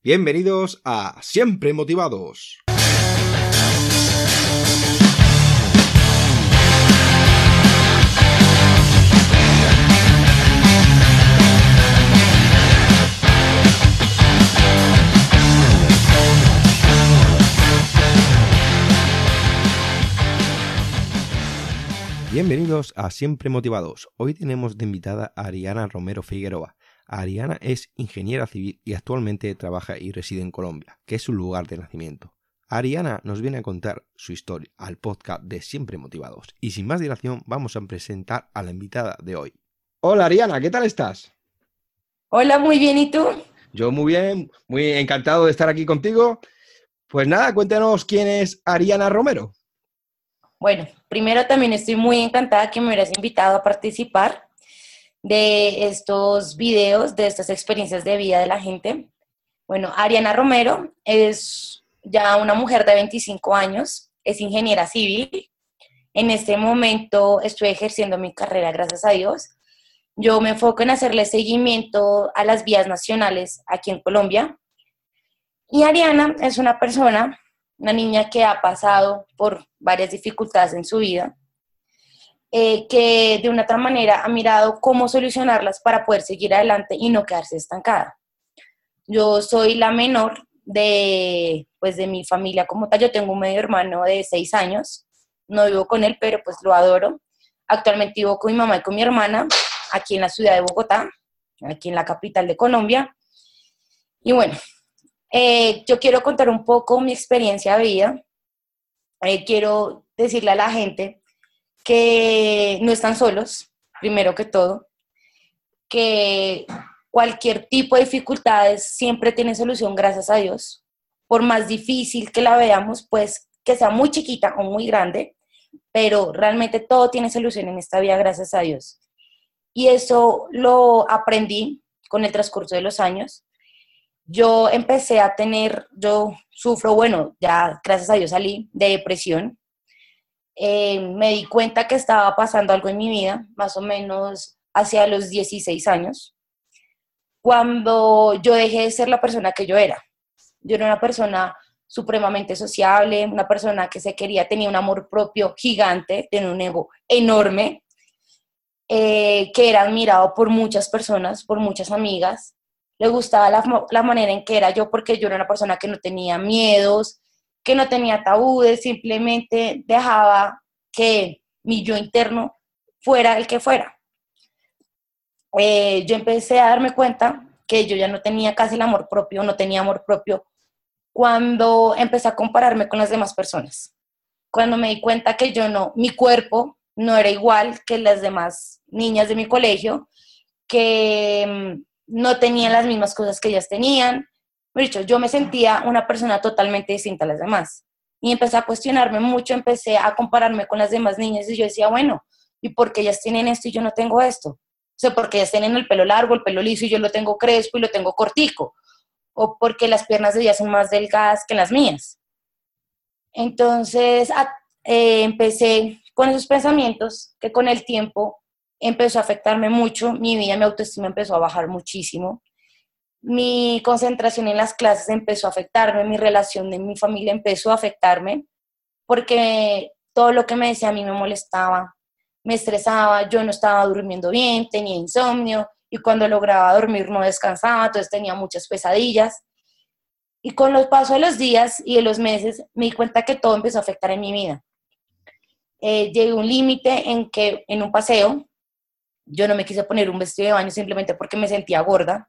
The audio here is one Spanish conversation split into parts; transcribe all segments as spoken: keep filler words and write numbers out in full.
Bienvenidos a Siempre Motivados. Bienvenidos a Siempre Motivados. Hoy tenemos de invitada a Ariana Romero Figueroa. Ariana es ingeniera civil y actualmente trabaja y reside en Colombia, que es su lugar de nacimiento. Ariana nos viene a contar su historia al podcast de Siempre Motivados. Y sin más dilación, vamos a presentar a la invitada de hoy. Hola Ariana, ¿qué tal estás? Hola, muy bien, ¿y tú? Yo muy bien, muy encantado de estar aquí contigo. Pues nada, cuéntanos quién es Ariana Romero. Bueno, primero también estoy muy encantada que me hubieras invitado a participar de estos videos, de estas experiencias de vida de la gente. Bueno, Ariana Romero es ya una mujer de veinticinco años, es ingeniera civil. En este momento estoy ejerciendo mi carrera, gracias a Dios. Yo me enfoco en hacerle seguimiento a las vías nacionales aquí en Colombia. Y Ariana es una persona, una niña que ha pasado por varias dificultades en su vida, eh, que de una otra manera ha mirado cómo solucionarlas para poder seguir adelante y no quedarse estancada. Yo soy la menor de, pues, de mi familia como tal. Yo tengo un medio hermano de seis años, no vivo con él, pero pues lo adoro. Actualmente vivo con mi mamá y con mi hermana, aquí en la ciudad de Bogotá, aquí en la capital de Colombia. Y bueno, eh, yo quiero contar un poco mi experiencia de vida. Eh, quiero decirle a la gente que no están solos, primero que todo, que cualquier tipo de dificultades siempre tiene solución, gracias a Dios. Por más difícil que la veamos, pues que sea muy chiquita o muy grande, pero realmente todo tiene solución en esta vida, gracias a Dios. Y eso lo aprendí con el transcurso de los años. Yo empecé a tener, yo sufro, bueno, ya gracias a Dios salí de depresión. Eh, me di cuenta que estaba pasando algo en mi vida, más o menos hacia los dieciséis años, cuando yo dejé de ser la persona que yo era. Yo era una persona supremamente sociable, una persona que se quería, tenía un amor propio gigante, tenía un ego enorme, eh, que era admirado por muchas personas, por muchas amigas. Le gustaba la, la manera en que era yo, porque yo era una persona que no tenía miedos, que no tenía tabúes, simplemente dejaba que mi yo interno fuera el que fuera. Eh, yo empecé a darme cuenta que yo ya no tenía casi el amor propio, no tenía amor propio, cuando empecé a compararme con las demás personas. Cuando me di cuenta que yo no, mi cuerpo no era igual que las demás niñas de mi colegio, que mmm, no tenían las mismas cosas que ellas tenían. De hecho, yo me sentía una persona totalmente distinta a las demás. Y empecé a cuestionarme mucho, empecé a compararme con las demás niñas y yo decía, bueno, ¿y por qué ellas tienen esto y yo no tengo esto? O sea, porque ellas tienen el pelo largo, el pelo liso y yo lo tengo crespo y lo tengo cortico. O porque las piernas de ellas son más delgadas que las mías. Entonces, a, eh, empecé con esos pensamientos que con el tiempo empezó a afectarme mucho. Mi vida, mi autoestima empezó a bajar muchísimo. Mi concentración en las clases empezó a afectarme, mi relación en mi familia empezó a afectarme, porque todo lo que me decía a mí me molestaba, me estresaba, yo no estaba durmiendo bien, tenía insomnio, y cuando lograba dormir no descansaba, entonces tenía muchas pesadillas. Y con los pasos de los días y de los meses me di cuenta que todo empezó a afectar en mi vida. Eh, llegué a un límite en que en un paseo yo no me quise poner un vestido de baño simplemente porque me sentía gorda.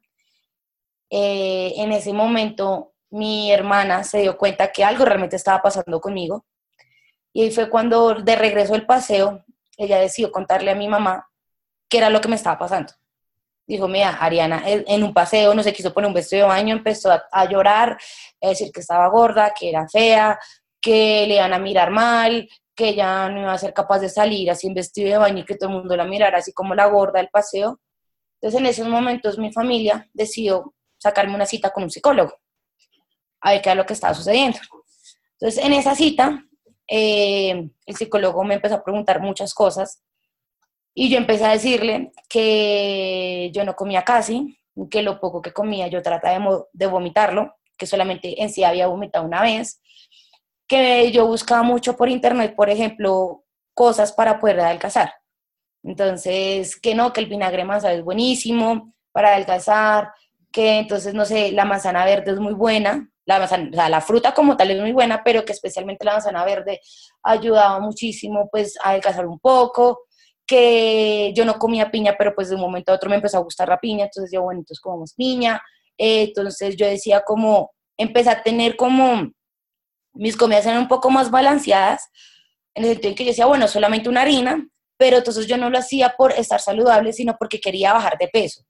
Eh, en ese momento mi hermana se dio cuenta que algo realmente estaba pasando conmigo y ahí fue cuando de regreso del paseo ella decidió contarle a mi mamá qué era lo que me estaba pasando. Dijo, mira, Ariana en un paseo no se quiso poner un vestido de baño, empezó a, a llorar, a decir que estaba gorda, que era fea, que le iban a mirar mal, que ella no iba a ser capaz de salir así en vestido de baño y que todo el mundo la mirara así como la gorda del paseo. Entonces en esos momentos mi familia decidió sacarme una cita con un psicólogo, a ver qué era lo que estaba sucediendo. Entonces en esa cita eh, el psicólogo me empezó a preguntar muchas cosas. Y yo empecé a decirle que yo no comía casi, que lo poco que comía yo trataba de, de vomitarlo, que solamente en sí había vomitado una vez, que yo buscaba mucho por internet, por ejemplo, cosas para poder adelgazar. Entonces, que no, que el vinagre de manzana es buenísimo para adelgazar, que entonces, no sé, la manzana verde es muy buena, la, manzana, o sea, la fruta como tal es muy buena, pero que especialmente la manzana verde ayudaba muchísimo, pues, a adelgazar un poco, que yo no comía piña, pero pues de un momento a otro me empezó a gustar la piña, entonces yo, bueno, entonces comemos piña, eh, entonces yo decía como, empecé a tener como, mis comidas eran un poco más balanceadas, en el sentido en que yo decía, bueno, solamente una harina, pero entonces yo no lo hacía por estar saludable, sino porque quería bajar de peso.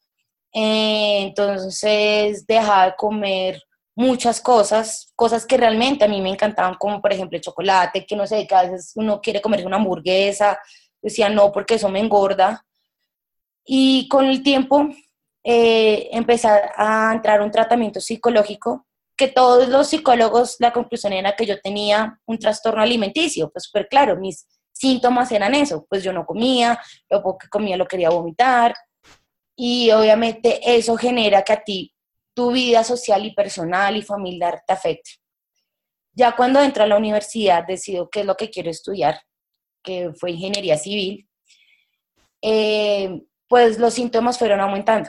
Eh, entonces dejaba de comer muchas cosas, cosas que realmente a mí me encantaban, como por ejemplo el chocolate, que no sé, que a veces uno quiere comerse una hamburguesa, decía no, porque eso me engorda. Y con el tiempo eh, empecé a entrar a un tratamiento psicológico, que todos los psicólogos, la conclusión era que yo tenía un trastorno alimenticio, pues súper claro, mis síntomas eran eso, pues yo no comía, lo poco que comía lo quería vomitar, y obviamente eso genera que a ti tu vida social y personal y familiar te afecte. Ya cuando entro a la universidad decido qué es lo que quiero estudiar, que fue ingeniería civil, eh, pues los síntomas fueron aumentando.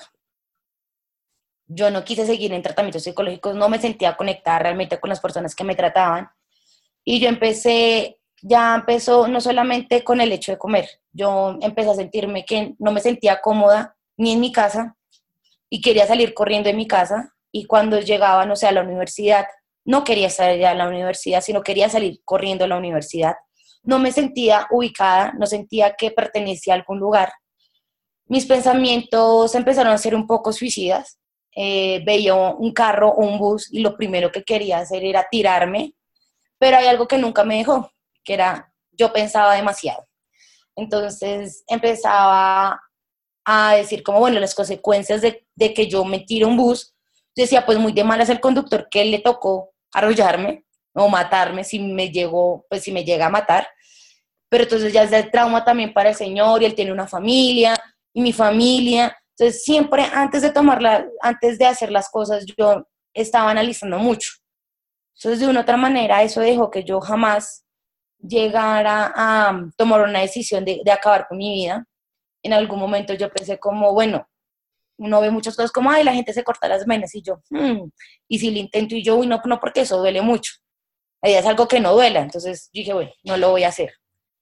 Yo no quise seguir en tratamientos psicológicos, no me sentía conectada realmente con las personas que me trataban, y yo empecé, ya empezó no solamente con el hecho de comer, yo empecé a sentirme que no me sentía cómoda ni en mi casa, y quería salir corriendo de mi casa, y cuando llegaba, no sé, a la universidad, no quería estar ya en la universidad, sino quería salir corriendo a la universidad. No me sentía ubicada, no sentía que pertenecía a algún lugar. Mis pensamientos empezaron a ser un poco suicidas. Eh, veía un carro o un bus y lo primero que quería hacer era tirarme, pero hay algo que nunca me dejó, que era yo pensaba demasiado. Entonces empezaba a decir como, bueno, las consecuencias de, de que yo me tire un bus, yo decía, pues muy de malas el conductor que le tocó arrollarme o matarme si me llegó, pues si me llega a matar, pero entonces ya es el trauma también para el señor, y él tiene una familia, y mi familia, entonces siempre antes de tomarla, antes de hacer las cosas, yo estaba analizando mucho. Entonces de una u otra manera eso dejó que yo jamás llegara a tomar una decisión de, de acabar con mi vida. En algún momento yo pensé como, bueno, uno ve muchas cosas como, ay, la gente se corta las venas, y yo, hmm, y si lo intento, y yo, uy, no, no, porque eso duele mucho. Ahí es algo que no duela, entonces dije, bueno, no lo voy a hacer.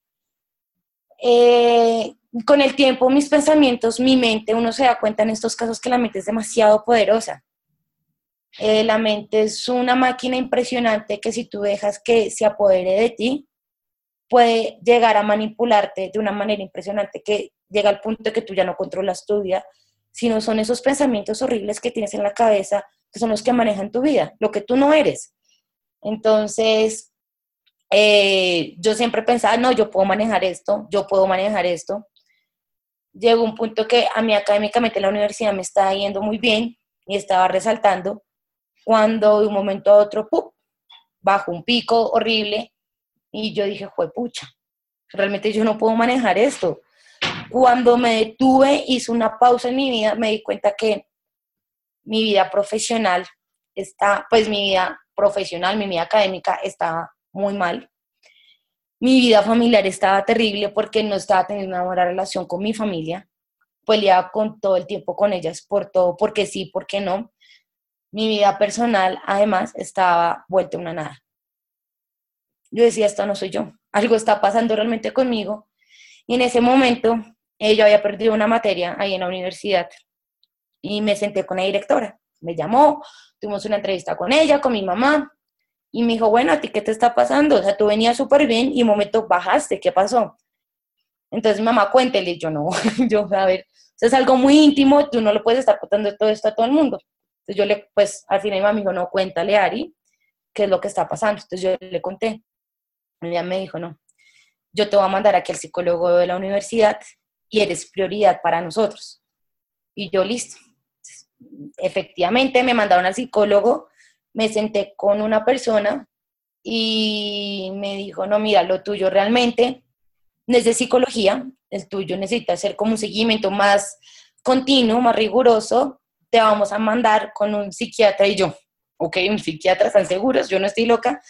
Eh, con el tiempo, mis pensamientos, mi mente, uno se da cuenta en estos casos que la mente es demasiado poderosa. Eh, la mente es una máquina impresionante que si tú dejas que se apodere de ti, puede llegar a manipularte de una manera impresionante que llega al punto de que tú ya no controlas tu vida, sino son esos pensamientos horribles que tienes en la cabeza que son los que manejan tu vida, lo que tú no eres. Entonces, eh, yo siempre pensaba, no, yo puedo manejar esto, yo puedo manejar esto. Llegó un punto que a mí académicamente en la universidad me estaba yendo muy bien y estaba resaltando, cuando de un momento a otro, ¡pum!, bajó un pico horrible, y yo dije, juepucha, realmente yo no puedo manejar esto. Cuando me detuve, hice una pausa en mi vida, me di cuenta que mi vida profesional está, pues mi vida profesional, mi vida académica estaba muy mal. Mi vida familiar estaba terrible porque no estaba teniendo una buena relación con mi familia. Peleaba con todo el tiempo con ellas por todo, porque sí, porque no. Mi vida personal, además, estaba vuelta una nada. Yo decía, esto no soy yo. Algo está pasando realmente conmigo. Y en ese momento, eh, yo había perdido una materia ahí en la universidad y me senté con la directora. Me llamó, tuvimos una entrevista con ella, con mi mamá, y me dijo, bueno, ¿a ti qué te está pasando? O sea, tú venías súper bien y un momento bajaste, ¿qué pasó? Entonces mi mamá, cuéntele, yo no, yo, a ver, eso es algo muy íntimo, tú no lo puedes estar contando todo esto a todo el mundo. Entonces yo le, pues al final mi mamá me dijo, no, cuéntale, Ari, qué es lo que está pasando. Entonces yo le conté. Ella me dijo, no, yo te voy a mandar aquí al psicólogo de la universidad y eres prioridad para nosotros. Y yo, listo. Efectivamente, me mandaron al psicólogo, me senté con una persona y me dijo, no, mira, lo tuyo realmente no es de psicología, el tuyo necesita hacer como un seguimiento más continuo, más riguroso, te vamos a mandar con un psiquiatra. Y yo, ok, un psiquiatra, ¿están seguros? Yo no estoy loca.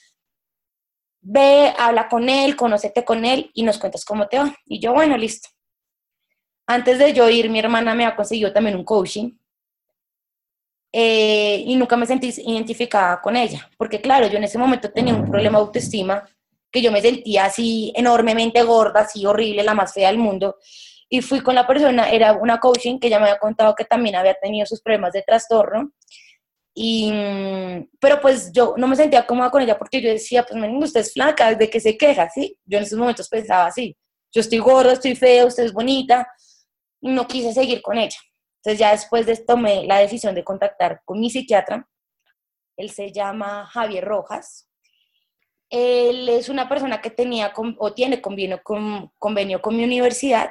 Ve, habla con él, conócete con él y nos cuentas cómo te va. Y yo, bueno, listo. Antes de yo ir, mi hermana me ha conseguido también un coaching eh, y nunca me sentí identificada con ella, porque claro, yo en ese momento tenía un problema de autoestima, que yo me sentía así enormemente gorda, así horrible, la más fea del mundo, y fui con la persona, era una coaching que ya me había contado que también había tenido sus problemas de trastorno, y, pero pues yo no me sentía cómoda con ella porque yo decía, pues menino, usted es flaca, ¿de qué se queja? ¿Sí? Yo en esos momentos pensaba así, yo estoy gorda, estoy fea, usted es bonita, y no quise seguir con ella. Entonces ya después de esto tomé la decisión de contactar con mi psiquiatra. Él se llama Javier Rojas. Él es una persona que tenía o tiene convenio con, convenio con mi universidad.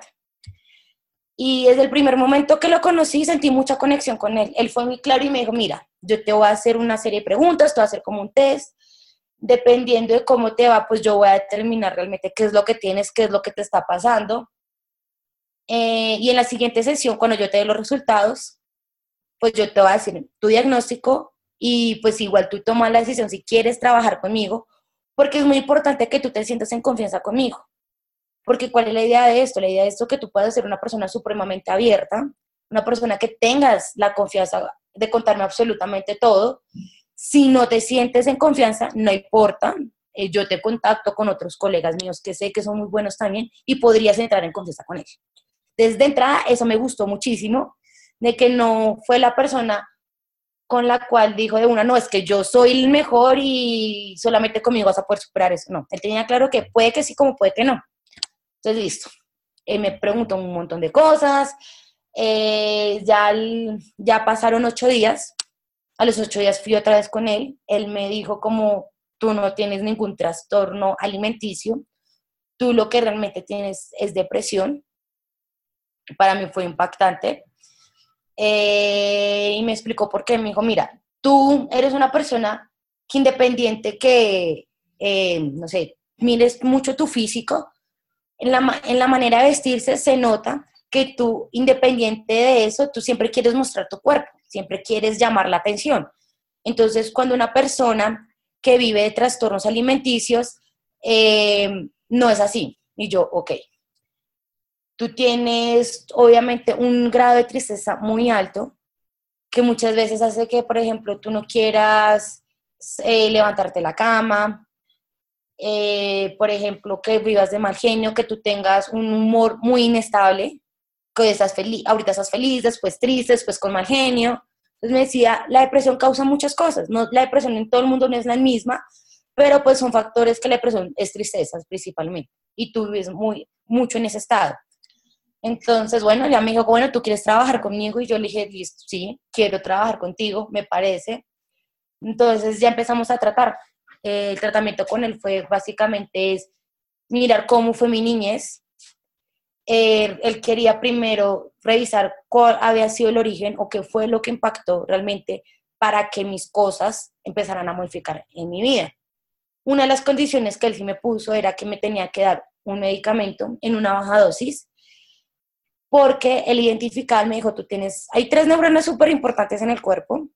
Y desde el primer momento que lo conocí sentí mucha conexión con él. Él fue muy claro y me dijo, mira, yo te voy a hacer una serie de preguntas, te voy a hacer como un test. Dependiendo de cómo te va, pues yo voy a determinar realmente qué es lo que tienes, qué es lo que te está pasando. Eh, y en la siguiente sesión, cuando yo te dé los resultados, pues yo te voy a decir tu diagnóstico y pues igual tú tomas la decisión si quieres trabajar conmigo, porque es muy importante que tú te sientas en confianza conmigo. Porque ¿cuál es la idea de esto? La idea de esto es que tú puedas ser una persona supremamente abierta, una persona que tengas la confianza de contarme absolutamente todo. Si no te sientes en confianza, no importa, eh, yo te contacto con otros colegas míos que sé que son muy buenos también y podrías entrar en confianza con ellos. Desde entrada, eso me gustó muchísimo, de que no fue la persona con la cual dijo de una, no, es que yo soy el mejor y solamente conmigo vas a poder superar eso. No, él tenía claro que puede que sí, como puede que no. Entonces, listo. Él me preguntó un montón de cosas, eh, ya, ya pasaron ocho días, a los ocho días fui otra vez con él, él me dijo como, tú no tienes ningún trastorno alimenticio, tú lo que realmente tienes es depresión. Para mí fue impactante. Eh, y me explicó por qué. Me dijo, mira, tú eres una persona que independiente que, eh, no sé, mires mucho tu físico, en la, en la manera de vestirse se nota que tú, independiente de eso, tú siempre quieres mostrar tu cuerpo, siempre quieres llamar la atención. Entonces, cuando una persona que vive de trastornos alimenticios, eh, no es así. Y yo, ok. Tú tienes obviamente un grado de tristeza muy alto que muchas veces hace que, por ejemplo, tú no quieras eh, levantarte de la cama, eh, por ejemplo, que vivas de mal genio, que tú tengas un humor muy inestable, que estás feliz, ahorita estás feliz, después triste, después con mal genio. Entonces me decía, la depresión causa muchas cosas, no, la depresión en todo el mundo no es la misma, pero pues son factores que la depresión es tristeza principalmente, y tú vives muy, mucho en ese estado. Entonces, bueno, ya me dijo, bueno, ¿tú quieres trabajar conmigo? Y yo le dije, listo, sí, quiero trabajar contigo, me parece. Entonces ya empezamos a tratar. Eh, el tratamiento con él fue básicamente es mirar cómo fue mi niñez. Eh, él quería primero revisar cuál había sido el origen o qué fue lo que impactó realmente para que mis cosas empezaran a modificar en mi vida. Una de las condiciones que él sí me puso era que me tenía que dar un medicamento en una baja dosis, porque él identificaba, me dijo, tú tienes, hay tres neuronas súper importantes en el cuerpo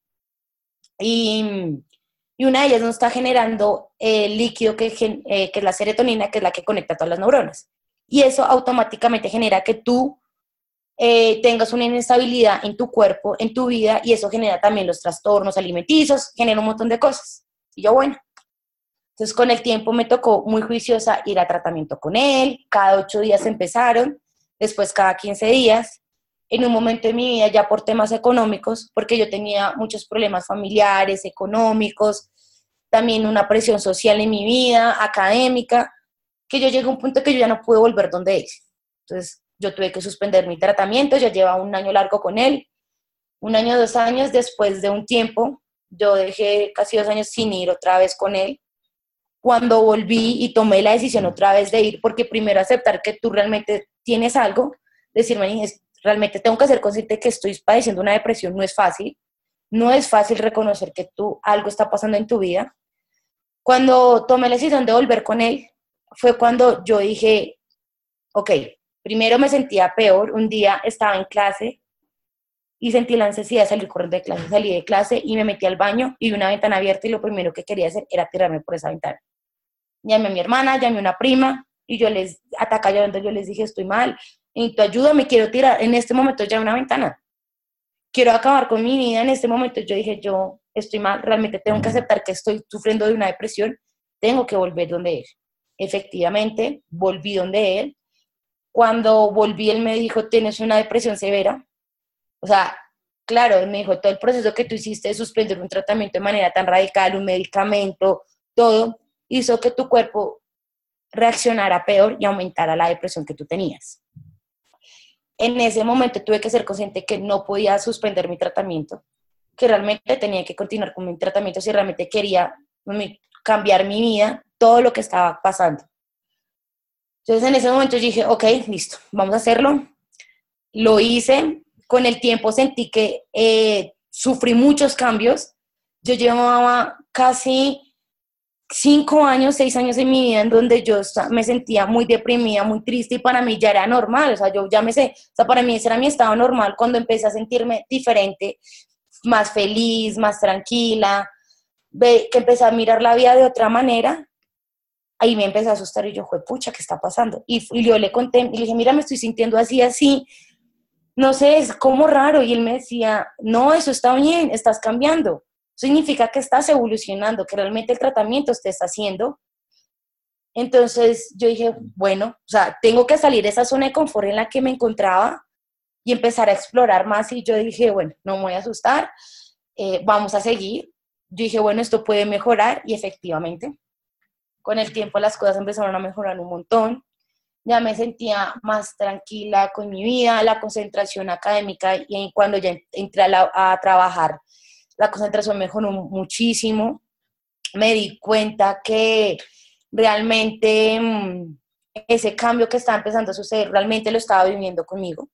y, y una de ellas no está generando el líquido que, eh, que es la serotonina, que es la que conecta a todas las neuronas. Y eso automáticamente genera que tú eh, tengas una inestabilidad en tu cuerpo, en tu vida, y eso genera también los trastornos alimenticios, genera un montón de cosas. Y yo, bueno, entonces con el tiempo me tocó muy juiciosa ir a tratamiento con él, cada ocho días empezaron, después cada quince días, en un momento de mi vida ya por temas económicos, porque yo tenía muchos problemas familiares, económicos, también una presión social en mi vida, académica, que yo llegué a un punto que yo ya no pude volver donde él. Entonces yo tuve que suspender mi tratamiento, ya llevaba un año largo con él, un año, dos años, después de un tiempo, yo dejé casi dos años sin ir otra vez con él. Cuando volví y tomé la decisión otra vez de ir, porque primero aceptar que tú realmente tienes algo, decirme, realmente tengo que ser consciente que estoy padeciendo una depresión, no es fácil, no es fácil reconocer que tú algo está pasando en tu vida. Cuando tomé la decisión de volver con él, fue cuando yo dije, ok, primero me sentía peor, un día estaba en clase y sentí la necesidad de salir corriendo de clase. Salí de clase y me metí al baño y vi una ventana abierta y lo primero que quería hacer era tirarme por esa ventana. Llamé a mi hermana, llamé a una prima y yo les, ataca llorando, yo les dije, estoy mal, y tu ayuda, me quiero tirar en este momento ya una ventana. Quiero acabar con mi vida en este momento. Yo dije, yo estoy mal, realmente tengo que aceptar que estoy sufriendo de una depresión, tengo que volver donde él. Efectivamente, volví donde él. Cuando volví, él me dijo, tienes una depresión severa. O sea, claro, él me dijo, todo el proceso que tú hiciste de suspender un tratamiento de manera tan radical, un medicamento, todo, hizo que tu cuerpo reaccionara peor y aumentara la depresión que tú tenías. En ese momento tuve que ser consciente que no podía suspender mi tratamiento, que realmente tenía que continuar con mi tratamiento si realmente quería cambiar mi vida, todo lo que estaba pasando. Entonces en ese momento yo dije, ok, listo, vamos a hacerlo. Lo hice, con el tiempo sentí que eh, sufrí muchos cambios. Yo llevaba casi cinco años, seis años en mi vida en donde yo me sentía muy deprimida, muy triste y para mí ya era normal, o sea, yo ya me sé, o sea, para mí ese era mi estado normal cuando empecé a sentirme diferente, más feliz, más tranquila, que empecé a mirar la vida de otra manera, ahí me empecé a asustar y yo, pucha, ¿qué está pasando? Y, y yo le conté, y le dije, mira, me estoy sintiendo así, así, no sé, es como raro, y él me decía, no, eso está bien, estás cambiando. Significa que estás evolucionando, que realmente el tratamiento te está haciendo. Entonces yo dije, bueno, o sea, tengo que salir de esa zona de confort en la que me encontraba y empezar a explorar más. Y yo dije, bueno, no me voy a asustar, eh, vamos a seguir. Yo dije, bueno, esto puede mejorar y efectivamente, con el tiempo las cosas empezaron a mejorar un montón. Ya me sentía más tranquila con mi vida, la concentración académica y cuando ya entré a, la, a trabajar, la concentración mejoró muchísimo. Me di cuenta que realmente mmm, ese cambio que estaba empezando a suceder, realmente lo estaba viviendo conmigo,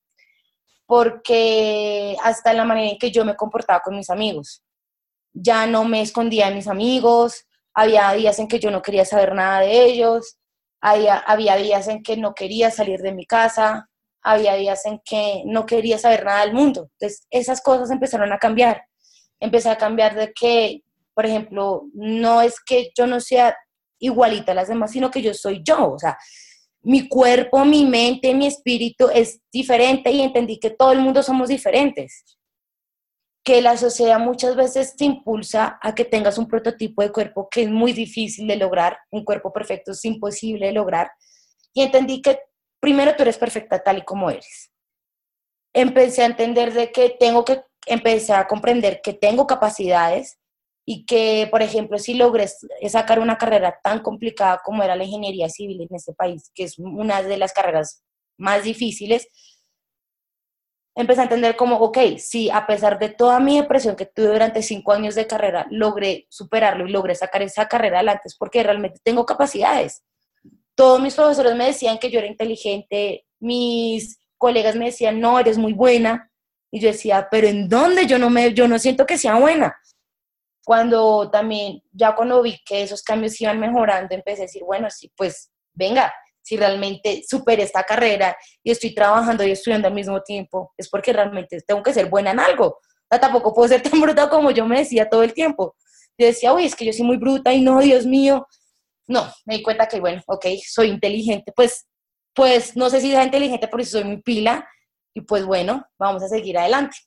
porque hasta la manera en que yo me comportaba con mis amigos, ya no me escondía de mis amigos, había días en que yo no quería saber nada de ellos, había, había días en que no quería salir de mi casa, había días en que no quería saber nada del mundo. Entonces, esas cosas empezaron a cambiar. Empecé a cambiar de que, por ejemplo, no es que yo no sea igualita a las demás, sino que yo soy yo, o sea, mi cuerpo, mi mente, mi espíritu es diferente y entendí que todo el mundo somos diferentes, que la sociedad muchas veces te impulsa a que tengas un prototipo de cuerpo que es muy difícil de lograr, un cuerpo perfecto es imposible de lograr, y entendí que primero tú eres perfecta tal y como eres. Empecé a entender de que tengo que, empecé a comprender que tengo capacidades y que, por ejemplo, si logré sacar una carrera tan complicada como era la ingeniería civil en este país, que es una de las carreras más difíciles, empecé a entender como, ok, si a pesar de toda mi depresión que tuve durante cinco años de carrera, logré superarlo y logré sacar esa carrera adelante, es porque realmente tengo capacidades. Todos mis profesores me decían que yo era inteligente, mis colegas me decían, no, eres muy buena, y yo decía, pero ¿en dónde? Yo no, me, yo no siento que sea buena. Cuando también, ya cuando vi que esos cambios iban mejorando, empecé a decir, bueno, sí, pues venga, si realmente superé esta carrera y estoy trabajando y estudiando al mismo tiempo, es porque realmente tengo que ser buena en algo. O sea, tampoco puedo ser tan bruta como yo me decía todo el tiempo. Yo decía, uy, es que yo soy muy bruta y no, Dios mío. No, me di cuenta que, bueno, ok, soy inteligente, pues, pues no sé si soy inteligente, pero sí soy muy pila y pues bueno, vamos a seguir adelante.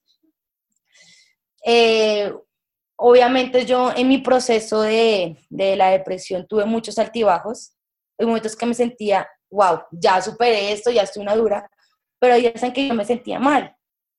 Eh, obviamente yo en mi proceso de, de la depresión tuve muchos altibajos, hay momentos que me sentía, wow, ya superé esto, ya estoy una dura, pero hay días en que yo me sentía mal.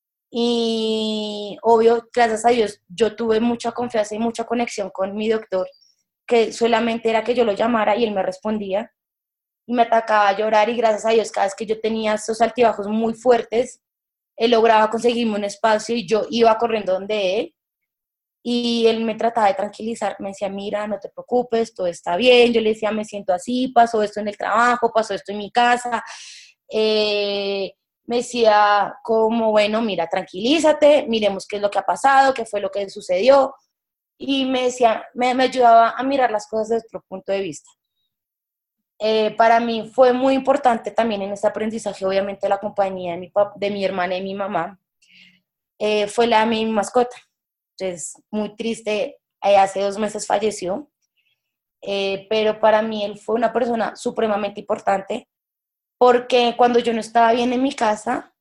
Y obvio, gracias a Dios, yo tuve mucha confianza y mucha conexión con mi doctor, que solamente era que yo lo llamara y él me respondía y me atacaba a llorar y gracias a Dios, cada vez que yo tenía esos altibajos muy fuertes, él lograba conseguirme un espacio y yo iba corriendo donde él y él me trataba de tranquilizar, me decía, mira, no te preocupes, todo está bien. Yo le decía, me siento así, pasó esto en el trabajo, pasó esto en mi casa, eh, me decía como, bueno, mira, tranquilízate, miremos qué es lo que ha pasado, qué fue lo que sucedió, y me decía, me, me ayudaba a mirar las cosas desde otro punto de vista. Eh, para mí fue muy importante también en este aprendizaje, obviamente, la compañía de mi, de mi hermana y mi mamá, eh, fue la de mi mascota. Entonces, muy triste, eh, hace dos meses falleció, eh, pero para mí él fue una persona supremamente importante, porque cuando yo no estaba bien en mi casa,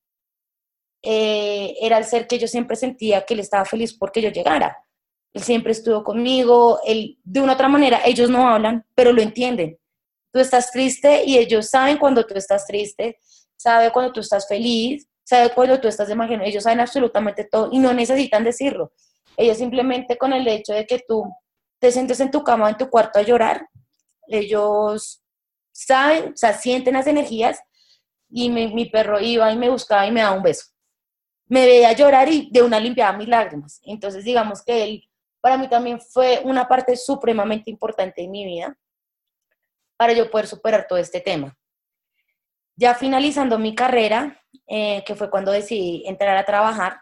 eh, era el ser que yo siempre sentía que él estaba feliz porque yo llegara. Él siempre estuvo conmigo, él, de una otra manera, ellos no hablan, pero lo entienden. Tú estás triste y ellos saben cuando tú estás triste, saben cuando tú estás feliz, saben cuando tú estás de mal genio, ellos saben absolutamente todo y no necesitan decirlo. Ellos simplemente con el hecho de que tú te sientes en tu cama, en tu cuarto a llorar, ellos saben, o sea, sienten las energías y mi, mi perro iba y me buscaba y me daba un beso. Me veía llorar y de una limpiaba mis lágrimas. Entonces, digamos que él para mí también fue una parte supremamente importante en mi vida para yo poder superar todo este tema. Ya finalizando mi carrera, eh, que fue cuando decidí entrar a trabajar,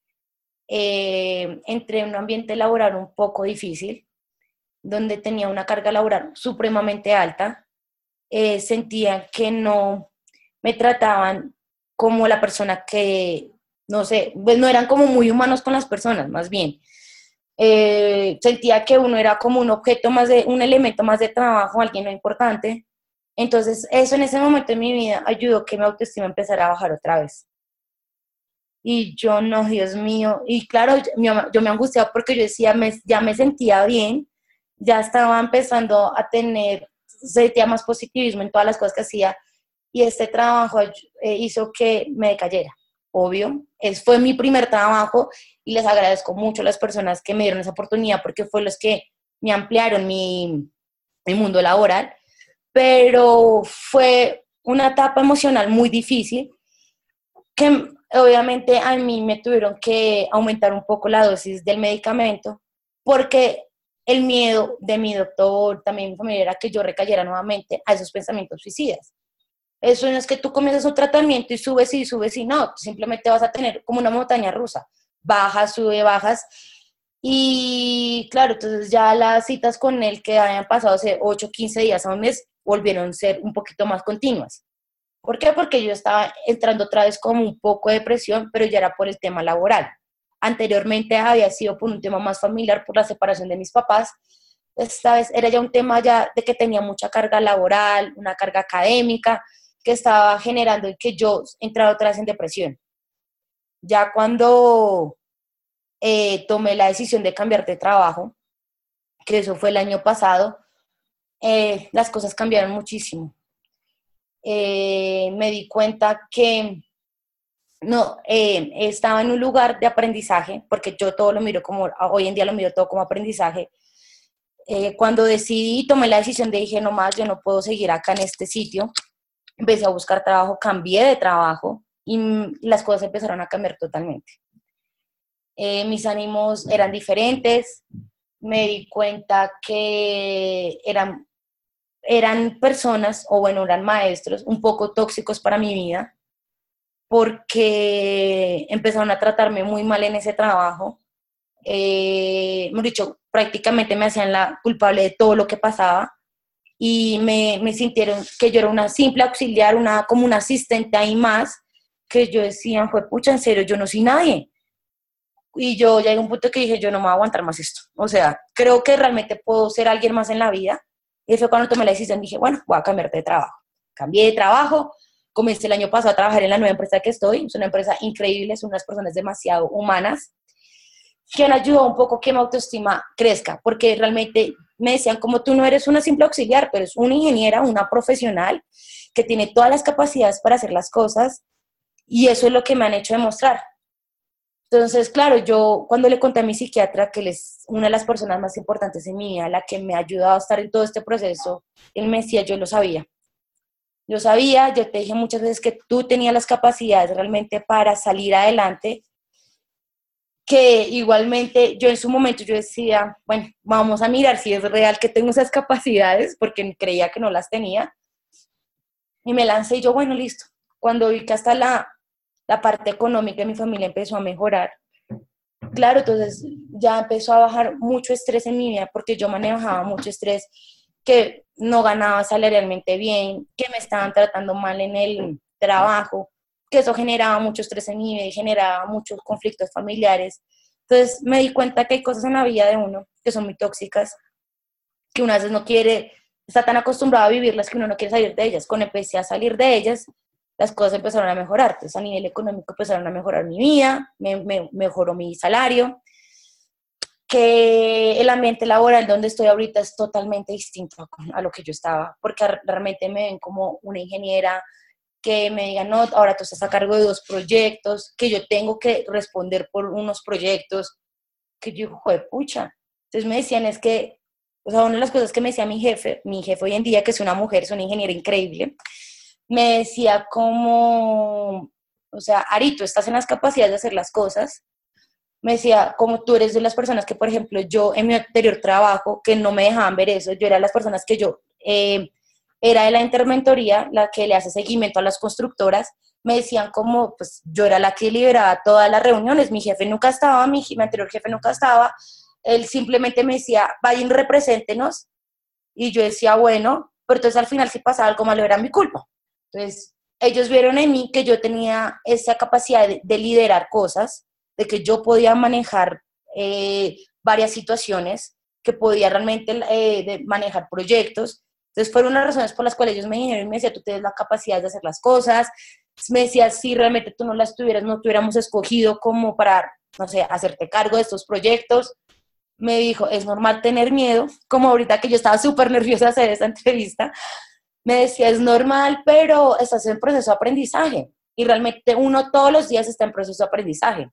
eh, entré en un ambiente laboral un poco difícil, donde tenía una carga laboral supremamente alta. Eh, sentía que no me trataban como la persona que, no sé, pues no eran como muy humanos con las personas, más bien. Eh, sentía que uno era como un objeto más de, un elemento más de trabajo, alguien no importante. Entonces, eso en ese momento de mi vida ayudó a que mi autoestima empezara a bajar otra vez. Y yo, no, Dios mío, y claro, yo, yo me angustiaba porque yo decía, me, ya me sentía bien, ya estaba empezando a tener, sentía más positivismo en todas las cosas que hacía, y este trabajo eh, hizo que me decayera, obvio. Es, fue mi primer trabajo y les agradezco mucho a las personas que me dieron esa oportunidad porque fue los que me ampliaron mi, mi mundo laboral, pero fue una etapa emocional muy difícil que obviamente a mí me tuvieron que aumentar un poco la dosis del medicamento porque el miedo de mi doctor, también mi familia, era que yo recayera nuevamente a esos pensamientos suicidas. Eso no es que tú comienzas un tratamiento y subes y subes y no, simplemente vas a tener como una montaña rusa, bajas, sube, bajas. Y claro, entonces ya las citas con él que habían pasado hace ocho, quince días a un mes volvieron a ser un poquito más continuas. ¿Por qué? Porque yo estaba entrando otra vez como un poco de depresión, pero ya era por el tema laboral. Anteriormente había sido por un tema más familiar, por la separación de mis papás. Esta vez era ya un tema ya de que tenía mucha carga laboral, una carga académica, que estaba generando que yo entrara otra vez en depresión. Ya cuando eh, tomé la decisión de cambiar de trabajo, que eso fue el año pasado, eh, las cosas cambiaron muchísimo. Eh, me di cuenta que no, eh, estaba en un lugar de aprendizaje, porque yo todo lo miro como, hoy en día lo miro todo como aprendizaje. Eh, cuando decidí, tomé la decisión de dije, no más, yo no puedo seguir acá en este sitio. Empecé a buscar trabajo, cambié de trabajo y las cosas empezaron a cambiar totalmente. Eh, mis ánimos eran diferentes, me di cuenta que eran, eran personas, o bueno, eran maestros un poco tóxicos para mi vida, porque empezaron a tratarme muy mal en ese trabajo. Eh, hemos dicho, prácticamente me hacían la culpable de todo lo que pasaba y me, me sintieron que yo era una simple auxiliar, una, como una asistente ahí más, que yo decía, fue pucha, en serio, yo no soy nadie. Y yo llegué a un punto que dije, yo no me voy a aguantar más esto. O sea, creo que realmente puedo ser alguien más en la vida. Y fue cuando tomé la decisión, dije, bueno, voy a cambiar de trabajo. Cambié de trabajo, comencé el año pasado a trabajar en la nueva empresa que estoy. Es una empresa increíble, son unas personas demasiado humanas, que han ayudado un poco que mi autoestima crezca, porque realmente me decían, como tú no eres una simple auxiliar, pero eres una ingeniera, una profesional, que tiene todas las capacidades para hacer las cosas, y eso es lo que me han hecho demostrar. Entonces, claro, yo cuando le conté a mi psiquiatra que él es una de las personas más importantes en mi vida, la que me ha ayudado a estar en todo este proceso, él me decía, yo lo sabía. Yo sabía, yo te dije muchas veces que tú tenías las capacidades realmente para salir adelante, que igualmente yo en su momento yo decía, bueno, vamos a mirar si es real que tengo esas capacidades, porque creía que no las tenía. Y me lancé y yo, bueno, listo. Cuando vi que hasta la, la parte económica de mi familia empezó a mejorar, claro, entonces ya empezó a bajar mucho estrés en mi vida, porque yo manejaba mucho estrés, que no ganaba salarialmente bien, que me estaban tratando mal en el trabajo, que eso generaba mucho estrés en mí, generaba muchos conflictos familiares. Entonces me di cuenta que hay cosas en la vida de uno que son muy tóxicas, que uno a veces no quiere, está tan acostumbrado a vivirlas que uno no quiere salir de ellas. Cuando empecé a salir de ellas, las cosas empezaron a mejorar. Entonces a nivel económico empezaron a mejorar mi vida, me, me mejoró mi salario, que el ambiente laboral donde estoy ahorita es totalmente distinto a, a lo que yo estaba, porque realmente me ven como una ingeniera, que me digan, no, ahora tú estás a cargo de dos proyectos, que yo tengo que responder por unos proyectos, que yo digo, joder, pucha. Entonces me decían, es que, o sea, una de las cosas que me decía mi jefe, mi jefe hoy en día, que es una mujer, es una ingeniera increíble, me decía como, o sea, Ari, tú estás en las capacidades de hacer las cosas. Me decía, como tú eres de las personas que, por ejemplo, yo en mi anterior trabajo, que no me dejaban ver eso, yo era de las personas que yo... Eh, era de la interventoría, la que le hace seguimiento a las constructoras, me decían como, pues yo era la que lideraba todas las reuniones, mi jefe nunca estaba, mi, mi anterior jefe nunca estaba, él simplemente me decía, vayan, represéntenos, y yo decía, bueno, pero entonces al final si pasaba algo malo era mi culpa. Entonces ellos vieron en mí que yo tenía esa capacidad de, de liderar cosas, de que yo podía manejar eh, varias situaciones, que podía realmente eh, de manejar proyectos. Entonces fueron unas razones por las cuales ellos me dijeron y me decían, tú tienes la capacidad de hacer las cosas. Me decía, si realmente tú no las tuvieras, no te hubiéramos escogido como para, no sé, hacerte cargo de estos proyectos. Me dijo, es normal tener miedo, como ahorita que yo estaba súper nerviosa de hacer esta entrevista. Me decía, es normal, pero estás en proceso de aprendizaje. Y realmente uno todos los días está en proceso de aprendizaje.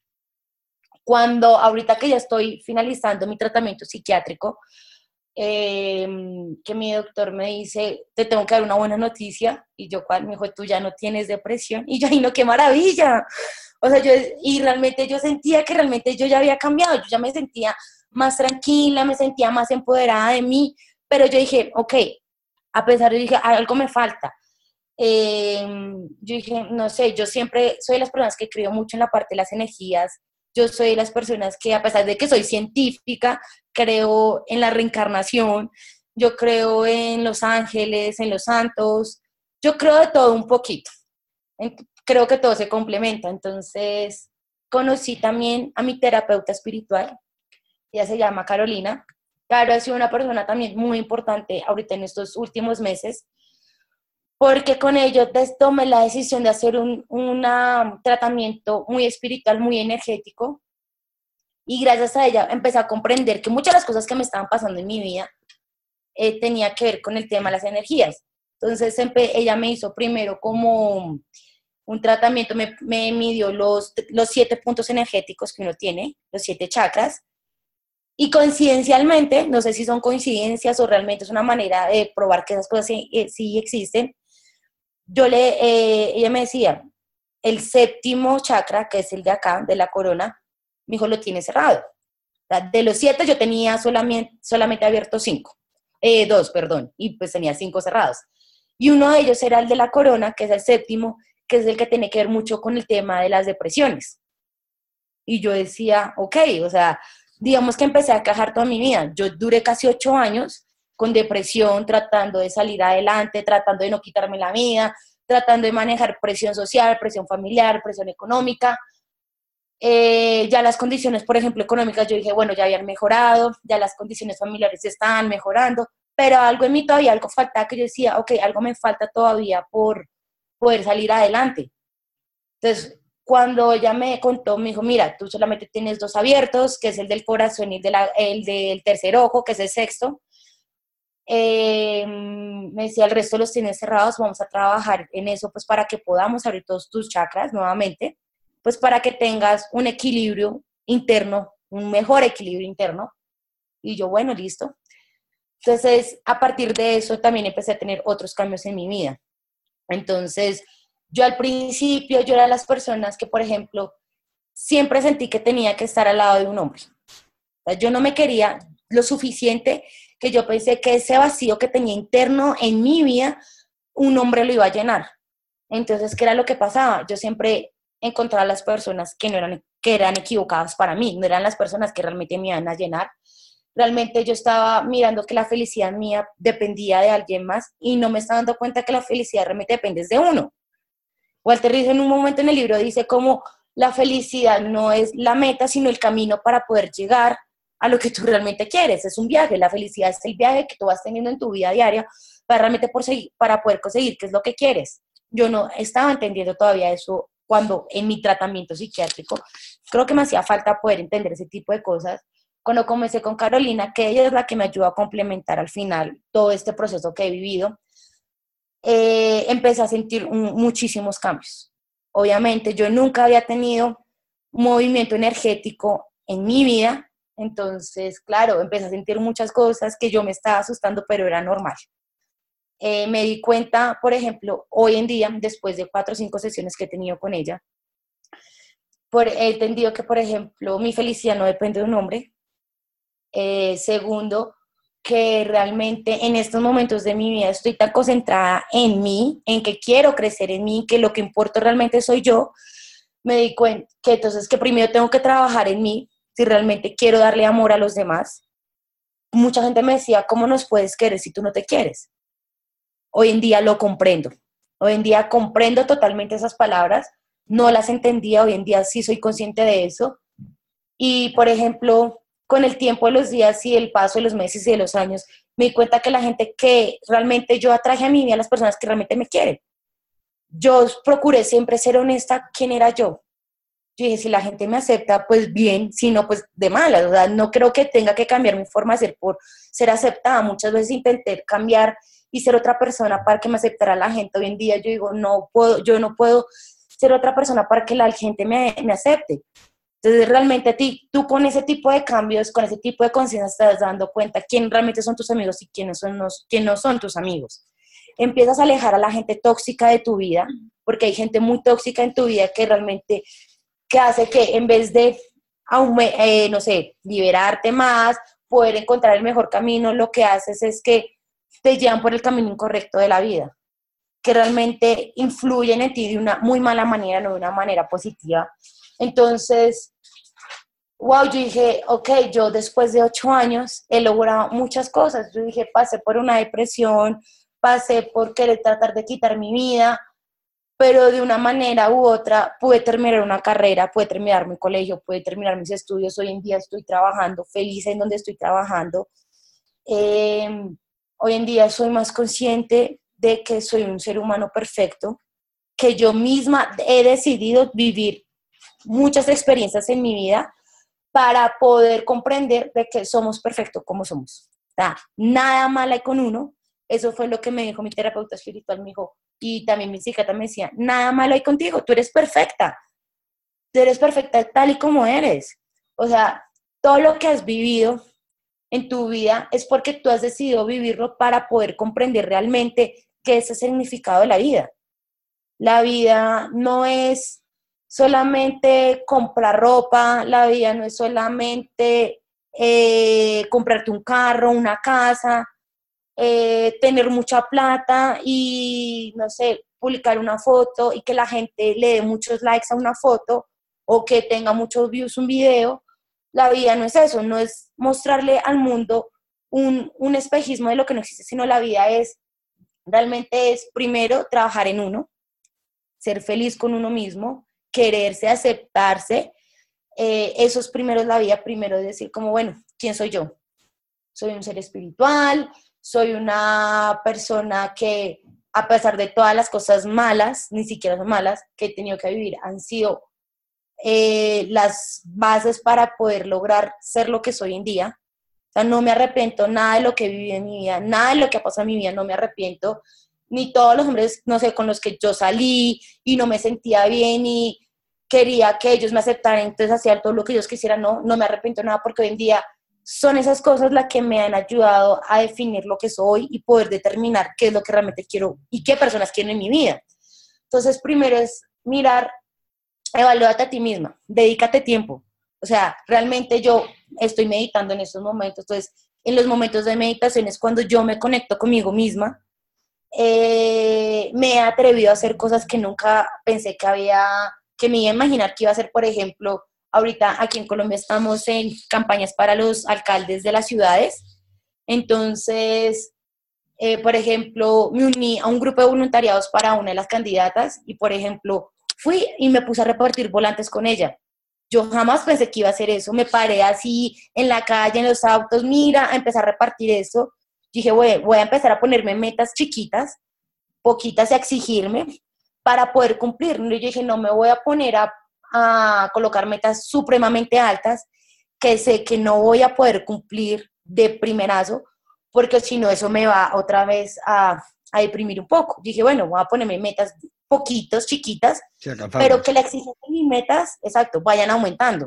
Cuando ahorita que ya estoy finalizando mi tratamiento psiquiátrico, Eh, que mi doctor me dice, te tengo que dar una buena noticia, y yo, ¿cuál? Me dijo, tú ya no tienes depresión, y yo, ¡ay, no, qué maravilla! O sea, yo, y realmente yo sentía que realmente yo ya había cambiado, yo ya me sentía más tranquila, me sentía más empoderada de mí, pero yo dije, ok, a pesar de, dije, algo me falta. Eh, yo dije, no sé, yo siempre soy de las personas que creo mucho en la parte de las energías. Yo soy de las personas que, a pesar de que soy científica, creo en la reencarnación, yo creo en los ángeles, en los santos, yo creo de todo un poquito. Creo que todo se complementa. Entonces, conocí también a mi terapeuta espiritual, ella se llama Carolina. Caro ha sido una persona también muy importante ahorita en estos últimos meses, porque con ello tomé la decisión de hacer un una, tratamiento muy espiritual, muy energético, y gracias a ella empecé a comprender que muchas de las cosas que me estaban pasando en mi vida eh, tenía que ver con el tema de las energías. Entonces ella me hizo primero como un tratamiento, me, me midió los, los siete puntos energéticos que uno tiene, los siete chakras, y coincidencialmente, no sé si son coincidencias o realmente es una manera de probar que esas cosas sí, sí existen. Yo le, eh, ella me decía, el séptimo chakra, que es el de acá, de la corona, mi hijo lo tiene cerrado. O sea, de los siete yo tenía solamente, solamente abierto cinco, eh, dos, perdón, y pues tenía cinco cerrados. Y uno de ellos era el de la corona, que es el séptimo, que es el que tiene que ver mucho con el tema de las depresiones. Y yo decía, ok, o sea, digamos que empecé a cajar toda mi vida. Yo duré casi ocho años con depresión, tratando de salir adelante, tratando de no quitarme la vida, tratando de manejar presión social, presión familiar, presión económica. Eh, ya las condiciones, por ejemplo, económicas, yo dije, bueno, ya habían mejorado, ya las condiciones familiares estaban mejorando, pero algo en mí todavía, algo faltaba, que yo decía, ok, algo me falta todavía por poder salir adelante. Entonces, cuando ella me contó, me dijo, mira, tú solamente tienes dos abiertos, que es el del corazón y el, de la, el del tercer ojo, que es el sexto. Eh, me decía, el resto los tienes cerrados, vamos a trabajar en eso, pues para que podamos abrir todos tus chakras nuevamente, pues para que tengas un equilibrio interno, un mejor equilibrio interno. Y yo, bueno, listo. Entonces, a partir de eso también empecé a tener otros cambios en mi vida. Entonces, yo al principio, yo era de las personas que, por ejemplo, siempre sentí que tenía que estar al lado de un hombre. O sea, yo no me quería lo suficiente, que yo pensé que ese vacío que tenía interno en mi vida, un hombre lo iba a llenar. Entonces, ¿qué era lo que pasaba? Yo siempre encontraba a las personas que no eran, que eran equivocadas para mí, no eran las personas que realmente me iban a llenar. Realmente yo estaba mirando que la felicidad mía dependía de alguien más y no me estaba dando cuenta que la felicidad realmente depende de uno. Walter Rizzo en un momento en el libro dice como la felicidad no es la meta, sino el camino para poder llegar a lo que tú realmente quieres. Es un viaje, la felicidad es el viaje que tú vas teniendo en tu vida diaria para realmente por seguir, para poder conseguir qué es lo que quieres. Yo no estaba entendiendo todavía eso cuando en mi tratamiento psiquiátrico, creo que me hacía falta poder entender ese tipo de cosas. Cuando comencé con Carolina, que ella es la que me ayudó a complementar al final todo este proceso que he vivido, eh, empecé a sentir un, muchísimos cambios. Obviamente yo nunca había tenido movimiento energético en mi vida, entonces, claro, empecé a sentir muchas cosas que yo me estaba asustando, pero era normal. Eh, me di cuenta, por ejemplo, hoy en día, después de cuatro o cinco sesiones que he tenido con ella, por, he entendido que, por ejemplo, mi felicidad no depende de un hombre. Eh, segundo, que realmente en estos momentos de mi vida estoy tan concentrada en mí, en que quiero crecer en mí, que lo que importa realmente soy yo. Me di cuenta que entonces que primero tengo que trabajar en mí, si realmente quiero darle amor a los demás. Mucha gente me decía, ¿cómo nos puedes querer si tú no te quieres? Hoy en día lo comprendo. Hoy en día comprendo totalmente esas palabras. No las entendía, hoy en día sí soy consciente de eso. Y, por ejemplo, con el tiempo de los días y el paso de los meses y de los años, me di cuenta que la gente que realmente yo atraje a mi vida, las personas que realmente me quieren. Yo procuré siempre ser honesta, ¿quién era yo? Yo dije, si la gente me acepta, pues bien, si no, pues de malas. O sea, no creo que tenga que cambiar mi forma de ser por ser aceptada. Muchas veces intenté cambiar y ser otra persona para que me aceptara la gente. Hoy en día yo digo, no puedo, yo no puedo ser otra persona para que la gente me, me acepte. Entonces, realmente a ti, tú con ese tipo de cambios, con ese tipo de conciencia, estás dando cuenta quién realmente son tus amigos y quiénes son los, quién no son tus amigos. Empiezas a alejar a la gente tóxica de tu vida, porque hay gente muy tóxica en tu vida que realmente que hace que en vez de, eh, no sé, liberarte más, poder encontrar el mejor camino, lo que haces es que te llevan por el camino incorrecto de la vida, que realmente influyen en ti de una muy mala manera, no de una manera positiva. Entonces, wow, yo dije, ok, yo después de ocho años he logrado muchas cosas. Yo dije, pasé por una depresión, pasé por querer tratar de quitar mi vida, pero de una manera u otra pude terminar una carrera, pude terminar mi colegio, pude terminar mis estudios. Hoy en día estoy trabajando, feliz en donde estoy trabajando. Eh, hoy en día soy más consciente de que soy un ser humano perfecto, que yo misma he decidido vivir muchas experiencias en mi vida para poder comprender de que somos perfectos como somos. O sea, nada mal hay con uno. Eso fue lo que me dijo mi terapeuta espiritual, me dijo, y también mi psiquiatra me decía, nada malo hay contigo, tú eres perfecta, tú eres perfecta tal y como eres. O sea, todo lo que has vivido en tu vida es porque tú has decidido vivirlo para poder comprender realmente qué es el significado de la vida. La vida no es solamente comprar ropa, la vida no es solamente eh, comprarte un carro, una casa, eh, tener mucha plata y, no sé, publicar una foto y que la gente le dé muchos likes a una foto o que tenga muchos views un video. La vida no es eso, no es mostrarle al mundo un, un espejismo de lo que no existe, sino la vida es, realmente es primero trabajar en uno, ser feliz con uno mismo, quererse, aceptarse. Eh, eso es primero la vida, primero decir como, bueno, ¿quién soy yo? Soy un ser espiritual, soy una persona que a pesar de todas las cosas malas, ni siquiera son malas, que he tenido que vivir, han sido eh, las bases para poder lograr ser lo que soy hoy en día. O sea, no me arrepiento nada de lo que viví en mi vida, nada de lo que ha pasado en mi vida, no me arrepiento. Ni todos los hombres, no sé, con los que yo salí y no me sentía bien y quería que ellos me aceptaran, entonces hacía todo lo que ellos quisieran, no, no me arrepiento nada porque hoy en día son esas cosas las que me han ayudado a definir lo que soy y poder determinar qué es lo que realmente quiero y qué personas quiero en mi vida. Entonces, primero es mirar, evalúate a ti misma, dedícate tiempo. O sea, realmente yo estoy meditando en estos momentos, entonces en los momentos de meditación es cuando yo me conecto conmigo misma. Eh, me he atrevido a hacer cosas que nunca pensé que había, que me iba a imaginar que iba a hacer. Por ejemplo, ahorita aquí en Colombia estamos en campañas para los alcaldes de las ciudades, entonces eh, por ejemplo, me uní a un grupo de voluntariados para una de las candidatas y, por ejemplo, fui y me puse a repartir volantes con ella. Yo jamás pensé que iba a hacer eso. Me paré así en la calle, en los autos, mira, a empezar a repartir eso. Dije, voy, voy a empezar a ponerme metas chiquitas, poquitas y a exigirme para poder cumplir. Yo dije, no me voy a poner a, a colocar metas supremamente altas que sé que no voy a poder cumplir de primerazo, porque si no eso me va otra vez a, a deprimir un poco. Dije, bueno, voy a ponerme metas poquitos, chiquitas, Sí, pero alcanzarlas. que la exigencia de mis metas, exacto, vayan aumentando.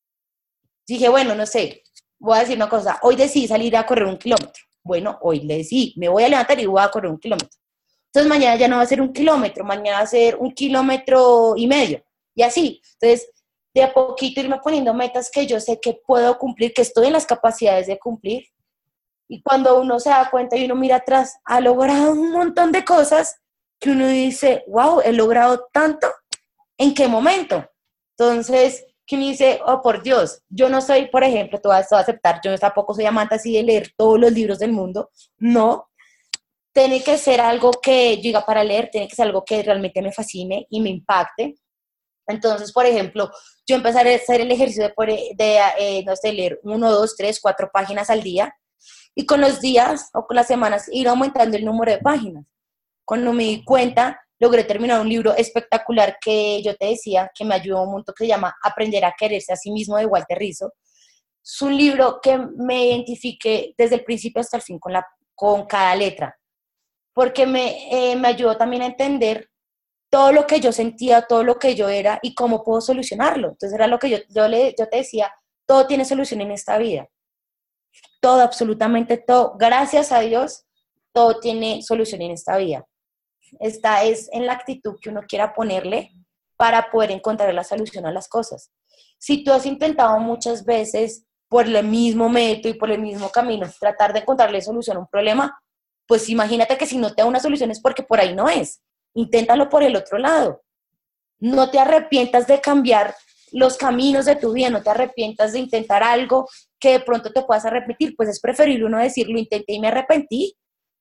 Dije, bueno, no sé, voy a decir una cosa, hoy decidí salir a correr un kilómetro. Bueno, hoy le decidí, me voy a levantar y voy a correr un kilómetro. Entonces mañana ya no va a ser un kilómetro, mañana va a ser un kilómetro y medio, y así. Entonces, de a poquito irme poniendo metas que yo sé que puedo cumplir, que estoy en las capacidades de cumplir. Y cuando uno se da cuenta y uno mira atrás, ha logrado un montón de cosas que uno dice, wow, he logrado tanto, ¿en qué momento? Entonces, que uno dice, oh, por Dios, yo no soy, por ejemplo, tú vas a aceptar, yo tampoco soy amante así de leer todos los libros del mundo, no, tiene que ser algo que yo diga para leer, tiene que ser algo que realmente me fascine y me impacte. Entonces, por ejemplo, yo empezaré a hacer el ejercicio de, de eh, no sé, leer uno, dos, tres, cuatro páginas al día y con los días o con las semanas ir aumentando el número de páginas. Cuando me di cuenta, logré terminar un libro espectacular que yo te decía, que me ayudó un montón, que se llama Aprender a quererse a sí mismo, de Walter Rizzo. Es un libro que me identifique desde el principio hasta el fin con, la, con cada letra, porque me, eh, me ayudó también a entender todo lo que yo sentía, todo lo que yo era y cómo puedo solucionarlo. Entonces era lo que yo, yo, le, yo te decía, todo tiene solución en esta vida. Todo, absolutamente todo. Gracias a Dios, todo tiene solución en esta vida. Esta es en la actitud que uno quiera ponerle para poder encontrar la solución a las cosas. Si tú has intentado muchas veces por el mismo método y por el mismo camino tratar de encontrarle solución a un problema, pues imagínate que si no te da una solución es porque por ahí no es. Inténtalo por el otro lado. No te arrepientas de cambiar los caminos de tu vida, no te arrepientas de intentar algo que de pronto te puedas arrepentir, pues es preferible uno decir, lo intenté y me arrepentí,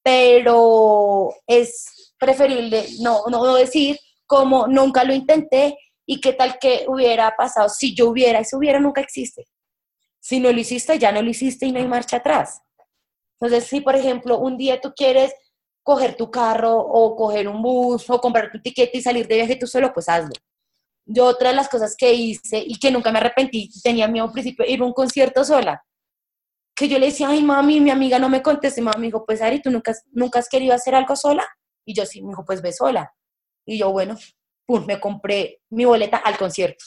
pero es preferible no, no decir como nunca lo intenté y qué tal que hubiera pasado si yo hubiera, eso hubiera nunca existe. Si no lo hiciste, ya no lo hiciste y no hay marcha atrás. Entonces, si por ejemplo un día tú quieres coger tu carro o coger un bus o comprar tu tiquete y salir de viaje tú solo, pues hazlo. Yo otra de las cosas que hice y que nunca me arrepentí, tenía miedo al principio, ir a un concierto sola, que yo le decía, ay mami, mi amiga no me conteste, mami me dijo, pues Ari, ¿tú nunca, nunca has querido hacer algo sola? Y yo sí, me dijo, pues ve sola. Y yo, bueno, pum, me compré mi boleta al concierto.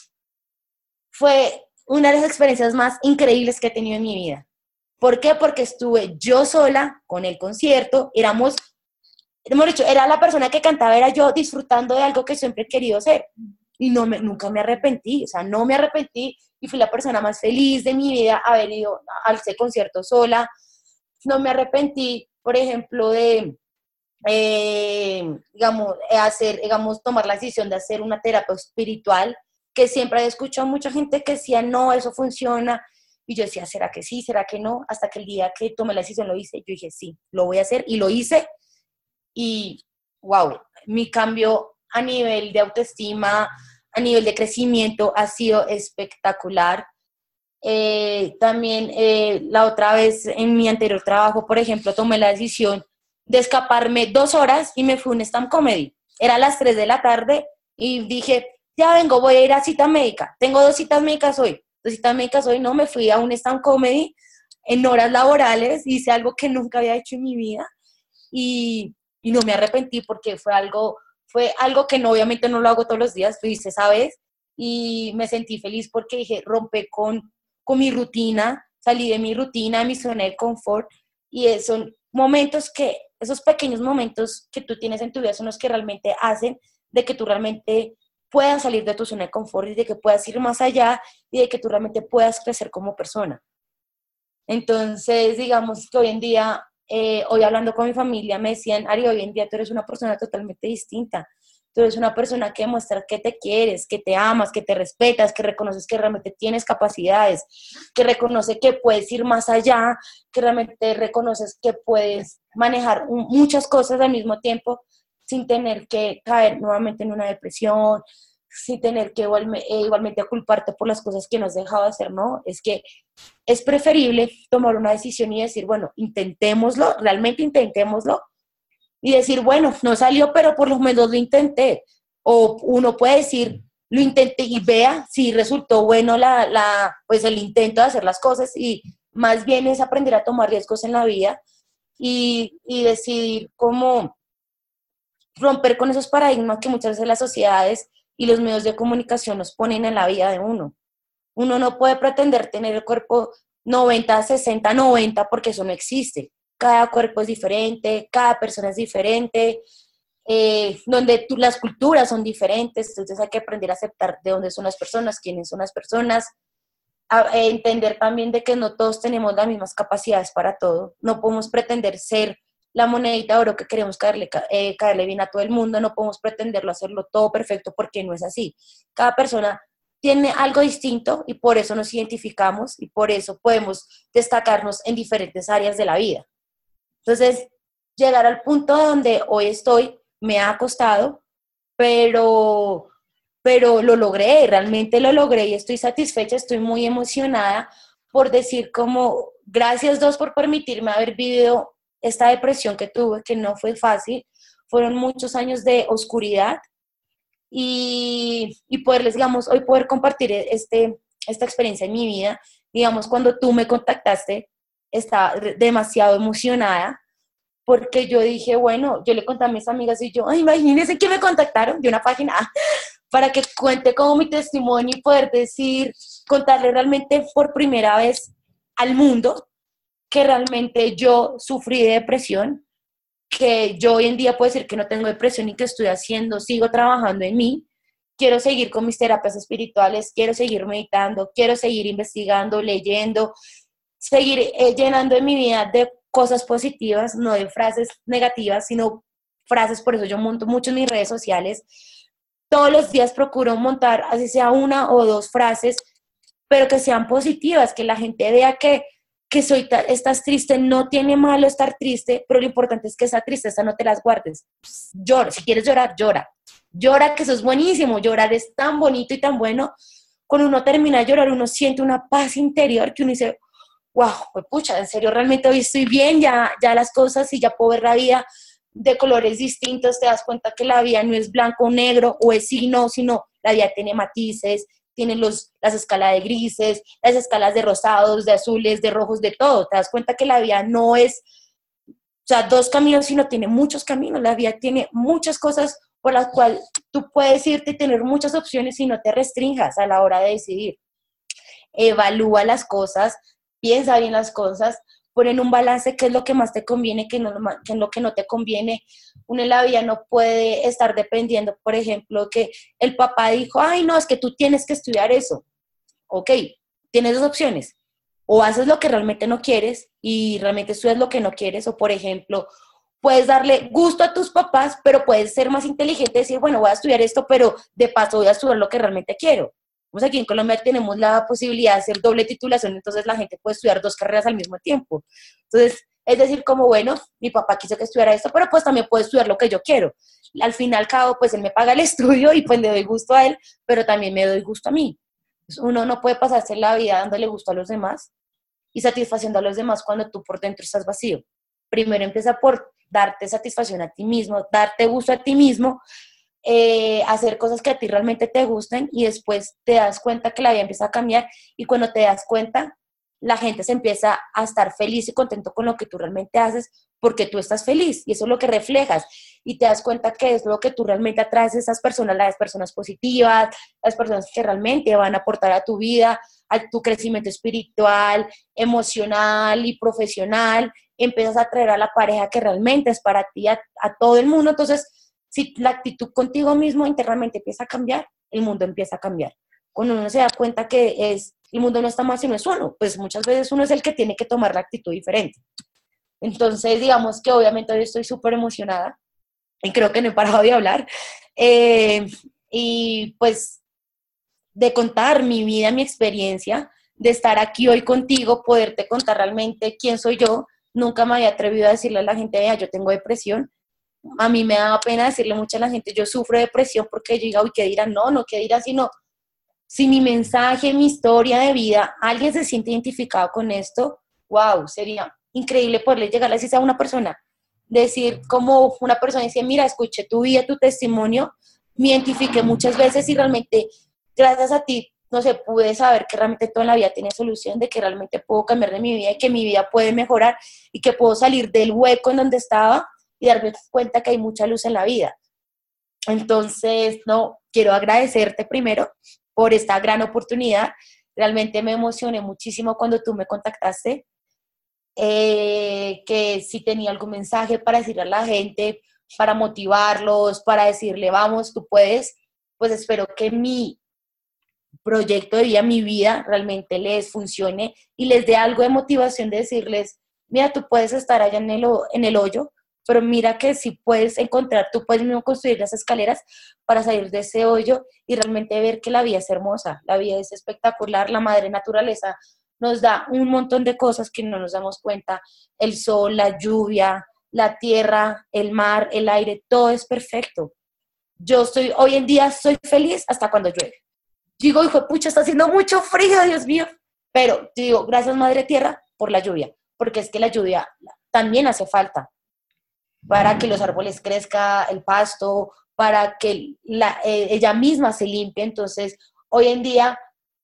Fue una de las experiencias más increíbles que he tenido en mi vida. ¿Por qué? Porque estuve yo sola con el concierto, éramos, hemos dicho, era la persona que cantaba, era yo disfrutando de algo que siempre he querido hacer. Y no me, nunca me arrepentí, o sea, no me arrepentí y fui la persona más feliz de mi vida haber ido a ese concierto sola. No me arrepentí, por ejemplo, de, eh, digamos, hacer, digamos, tomar la decisión de hacer una terapia espiritual, que siempre he escuchado a mucha gente que decía, no, eso funciona. Y yo decía, ¿será que sí? ¿Será que no? Hasta que el día que tomé la decisión lo hice. Yo dije, sí, lo voy a hacer y lo hice. Y, wow, mi cambio a nivel de autoestima, a nivel de crecimiento ha sido espectacular. Eh, también eh, la otra vez en mi anterior trabajo, por ejemplo, tomé la decisión de escaparme dos horas y me fui a un stand comedy. Era a las tres de la tarde y dije, ya vengo, voy a ir a cita médica. Tengo dos citas médicas hoy. Dos citas médicas hoy, no, me fui a un stand comedy en horas laborales, hice algo que nunca había hecho en mi vida y, y no me arrepentí porque fue algo, fue algo que no, obviamente no lo hago todos los días, lo hice esa vez y me sentí feliz porque dije, rompe con, con mi rutina, salí de mi rutina, de mi zona de confort y son momentos que, esos pequeños momentos que tú tienes en tu vida son los que realmente hacen de que tú realmente puedas salir de tu zona de confort y de que puedas ir más allá y de que tú realmente puedas crecer como persona. Entonces, digamos que hoy en día, eh, hoy hablando con mi familia, me decían, Ari, hoy en día tú eres una persona totalmente distinta, tú eres una persona que demuestra que te quieres, que te amas, que te respetas, que reconoces que realmente tienes capacidades, que reconoce que puedes ir más allá, que realmente reconoces que puedes manejar muchas cosas al mismo tiempo sin tener que caer nuevamente en una depresión, sin tener que igualme, eh, igualmente culparte por las cosas que no has dejado de hacer, ¿no? Es que es preferible tomar una decisión y decir, bueno, intentémoslo, realmente intentémoslo, y decir, bueno, no salió, pero por lo menos lo intenté. O uno puede decir, lo intenté y vea si resultó bueno la, la, pues el intento de hacer las cosas, y más bien es aprender a tomar riesgos en la vida y, y decidir cómo romper con esos paradigmas que muchas veces las sociedades y los medios de comunicación nos ponen en la vida de uno. Uno no puede pretender tener el cuerpo noventa, sesenta, noventa, porque eso no existe. Cada cuerpo es diferente, cada persona es diferente, eh, donde tú, las culturas son diferentes, entonces hay que aprender a aceptar de dónde son las personas, quiénes son las personas, a, a entender también de que no todos tenemos las mismas capacidades para todo, no podemos pretender ser la monedita de oro que queremos caerle, eh, caerle bien a todo el mundo, no podemos pretenderlo hacerlo todo perfecto porque no es así. Cada persona tiene algo distinto y por eso nos identificamos y por eso podemos destacarnos en diferentes áreas de la vida. Entonces, llegar al punto donde hoy estoy me ha costado, pero, pero lo logré, realmente lo logré y estoy satisfecha, estoy muy emocionada por decir como, gracias Dios por permitirme haber vivido esta depresión que tuve, que no fue fácil, fueron muchos años de oscuridad y, y poderles, digamos, hoy poder compartir este, esta experiencia en mi vida. Digamos, cuando tú me contactaste, estaba demasiado emocionada porque yo dije, bueno, yo le conté a mis amigas y yo, ay, imagínense que me contactaron de una página para que cuente como mi testimonio y poder decir, contarle realmente por primera vez al mundo que realmente yo sufrí de depresión, que yo hoy en día puedo decir que no tengo depresión y que estoy haciendo, sigo trabajando en mí, quiero seguir con mis terapias espirituales, quiero seguir meditando, quiero seguir investigando, leyendo, seguir eh, llenando en mi vida de cosas positivas, no de frases negativas, sino frases, por eso yo monto mucho en mis redes sociales, todos los días procuro montar, así sea una o dos frases, pero que sean positivas, que la gente vea que que soy estás triste, no tiene malo estar triste, pero lo importante es que esa tristeza no te las guardes. Llora, si quieres llorar, llora. Llora, que eso es buenísimo, llorar es tan bonito y tan bueno. Cuando uno termina de llorar, uno siente una paz interior que uno dice, wow, pues pucha, en serio, realmente hoy estoy bien, ya, ya las cosas y ya puedo ver la vida de colores distintos, te das cuenta que la vida no es blanco o negro, o es sí, no, sino la vida tiene matices, tiene los, las escalas de grises, las escalas de rosados, de azules, de rojos, de todo. Te das cuenta que la vida no es, o sea, dos caminos, sino tiene muchos caminos. La vida tiene muchas cosas por las cuales tú puedes irte y tener muchas opciones y no te restringas a la hora de decidir. Evalúa las cosas, piensa bien las cosas, pon en un balance qué es lo que más te conviene, qué, no, qué es lo que no te conviene. Uno en la vida no puede estar dependiendo, por ejemplo, que el papá dijo, ay, no, es que tú tienes que estudiar eso. Ok, tienes dos opciones. O haces lo que realmente no quieres y realmente estudias lo que no quieres, o por ejemplo, puedes darle gusto a tus papás, pero puedes ser más inteligente y decir, bueno, voy a estudiar esto, pero de paso voy a estudiar lo que realmente quiero. Pues aquí en Colombia tenemos la posibilidad de hacer doble titulación, entonces la gente puede estudiar dos carreras al mismo tiempo. Entonces, es decir, como, bueno, mi papá quiso que estudiara esto, pero pues también puedo estudiar lo que yo quiero. Al fin y al cabo, pues él me paga el estudio y pues le doy gusto a él, pero también me doy gusto a mí. Entonces, uno no puede pasarse la vida dándole gusto a los demás y satisfaciendo a los demás cuando tú por dentro estás vacío. Primero empieza por darte satisfacción a ti mismo, darte gusto a ti mismo, Eh, hacer cosas que a ti realmente te gusten y después te das cuenta que la vida empieza a cambiar y cuando te das cuenta la gente se empieza a estar feliz y contento con lo que tú realmente haces porque tú estás feliz y eso es lo que reflejas y te das cuenta que es lo que tú realmente atraes a esas personas, las personas positivas, las personas que realmente van a aportar a tu vida, a tu crecimiento espiritual, emocional y profesional, empiezas a atraer a la pareja que realmente es para ti, a, a todo el mundo. Entonces, si la actitud contigo mismo internamente empieza a cambiar, el mundo empieza a cambiar. Cuando uno se da cuenta que es, el mundo no está mal sino es uno, pues muchas veces uno es el que tiene que tomar la actitud diferente. Entonces, digamos que obviamente hoy estoy súper emocionada y creo que no he parado de hablar. eh, y pues de contar mi vida, mi experiencia, de estar aquí hoy contigo, poderte contar realmente quién soy yo. Nunca me había atrevido a decirle a la gente, vea, yo tengo depresión. A mí me da pena decirle mucho a la gente, yo sufro de depresión, porque yo diga, uy, ¿qué dirán? No, no, ¿qué dirán? Sino, si mi mensaje, mi historia de vida, alguien se siente identificado con esto, wow, sería increíble poderle llegar así a una persona. Decir, como una persona dice, mira, escuché tu vida, tu testimonio, me identifiqué muchas veces y realmente, gracias a ti, no sé, pude saber que realmente todo en la vida tiene solución, de que realmente puedo cambiar de mi vida y que mi vida puede mejorar y que puedo salir del hueco en donde estaba y darme cuenta que hay mucha luz en la vida. Entonces, no, quiero agradecerte primero por esta gran oportunidad. Realmente me emocioné muchísimo cuando tú me contactaste, eh, que si tenía algún mensaje para decirle a la gente, para motivarlos, para decirle, vamos, tú puedes, pues espero que mi proyecto de vida, mi vida, realmente les funcione y les dé algo de motivación de decirles, mira, tú puedes estar allá en el, en el hoyo, pero mira que si puedes encontrar, tú puedes mismo construir las escaleras para salir de ese hoyo y realmente ver que la vida es hermosa, la vida es espectacular, la madre naturaleza nos da un montón de cosas que no nos damos cuenta, el sol, la lluvia, la tierra, el mar, el aire, todo es perfecto. Yo estoy, hoy en día soy feliz hasta cuando llueve. Digo, hijo de pucha, está haciendo mucho frío, Dios mío. Pero digo, gracias Madre Tierra por la lluvia, porque es que la lluvia también hace falta para que los árboles crezca, el pasto, para que la, eh, ella misma se limpie. Entonces, hoy en día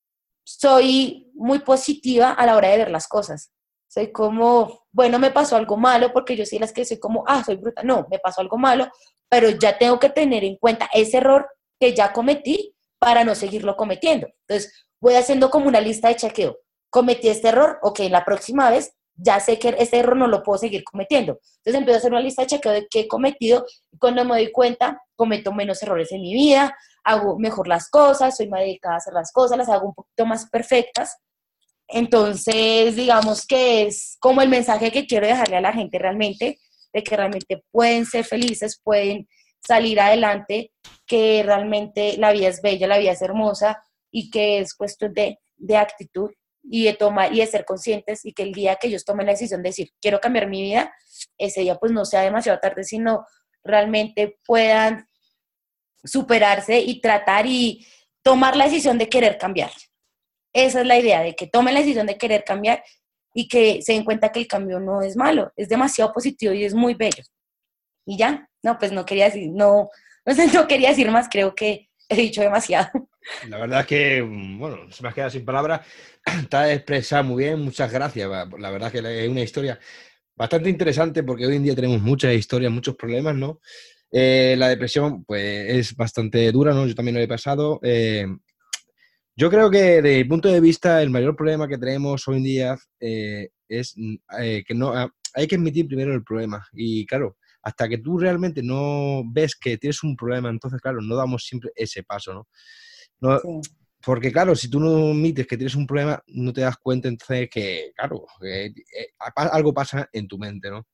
soy muy positiva a la hora de ver las cosas. Soy como, bueno, me pasó algo malo, porque yo sí las que soy como, ah, soy bruta. No, me pasó algo malo, pero ya tengo que tener en cuenta ese error que ya cometí para no seguirlo cometiendo. Entonces, voy haciendo como una lista de chequeo. Cometí este error, ok, la próxima vez ya sé que este error no lo puedo seguir cometiendo. Entonces empiezo a hacer una lista de chequeo de qué he cometido y cuando me doy cuenta, cometo menos errores en mi vida, hago mejor las cosas, soy más dedicada a hacer las cosas, las hago un poquito más perfectas. Entonces, digamos que es como el mensaje que quiero dejarle a la gente realmente, de que realmente pueden ser felices, pueden salir adelante, que realmente la vida es bella, la vida es hermosa y que es cuestión de, de actitud y de tomar y de ser conscientes y que el día que ellos tomen la decisión de decir, quiero cambiar mi vida, ese día pues no sea demasiado tarde, sino realmente puedan superarse y tratar y tomar la decisión de querer cambiar. Esa es la idea, de que tomen la decisión de querer cambiar y que se den cuenta que el cambio no es malo, es demasiado positivo y es muy bello. Y ya, no, pues no quería decir, no, no, sé, no quería decir más, creo que he dicho demasiado. La verdad es que, bueno, se me ha quedado sin palabras. Está expresado muy bien, muchas gracias. La verdad es que es una historia bastante interesante porque hoy en día tenemos muchas historias, muchos problemas, ¿no? Eh, la depresión, pues, es bastante dura, ¿no? Yo también lo he pasado. Eh, yo creo que, desde mi punto de vista, el mayor problema que tenemos hoy en día eh, es eh, que no hay que admitir primero el problema. Y claro, hasta que tú realmente no ves que tienes un problema, entonces, claro, no damos siempre ese paso, ¿no? No, Sí. porque, claro, si tú no admites que tienes un problema, no te das cuenta entonces que, claro, que, eh, algo pasa en tu mente, ¿no?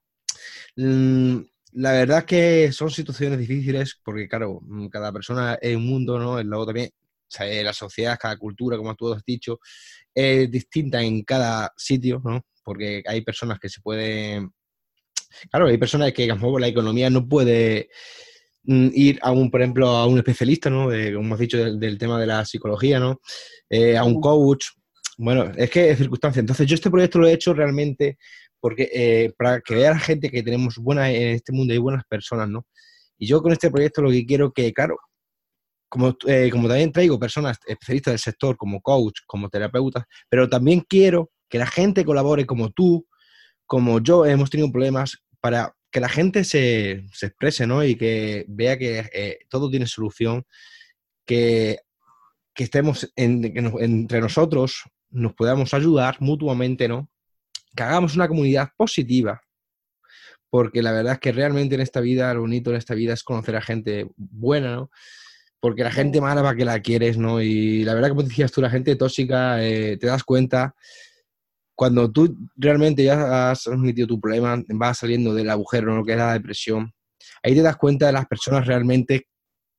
Mm, la verdad es que son situaciones difíciles porque, claro, cada persona es un mundo, ¿no? Y luego también, o sea, la sociedad, cada cultura, como tú has dicho, es distinta en cada sitio, ¿no? Porque hay personas que se pueden... Claro, hay personas que, a lo mejor, la economía no puede ir a un, por ejemplo, a un especialista, ¿no? Eh, como has dicho, del, del tema de la psicología, ¿no? Eh, a un coach. Bueno, es que es circunstancia. Entonces, yo este proyecto lo he hecho realmente porque eh, para que vea la gente que tenemos buenas en este mundo, hay buenas personas, ¿no? Y yo con este proyecto lo que quiero que, claro, como, eh, como también traigo personas especialistas del sector, como coach, como terapeutas, pero también quiero que la gente colabore como tú, como yo, hemos tenido problemas para que la gente se, se exprese, ¿no? Y que vea que eh, todo tiene solución, que, que estemos en, que nos, entre nosotros, nos podamos ayudar mutuamente, ¿no? Que hagamos una comunidad positiva, porque la verdad es que realmente en esta vida, lo bonito en esta vida es conocer a gente buena, ¿no? Porque la gente mala para que la quieres, ¿no? Y la verdad, como decías tú, la gente tóxica, eh, te das cuenta... Cuando tú realmente ya has admitido tu problema, vas saliendo del agujero, ¿no? Que es la depresión, ahí te das cuenta de las personas realmente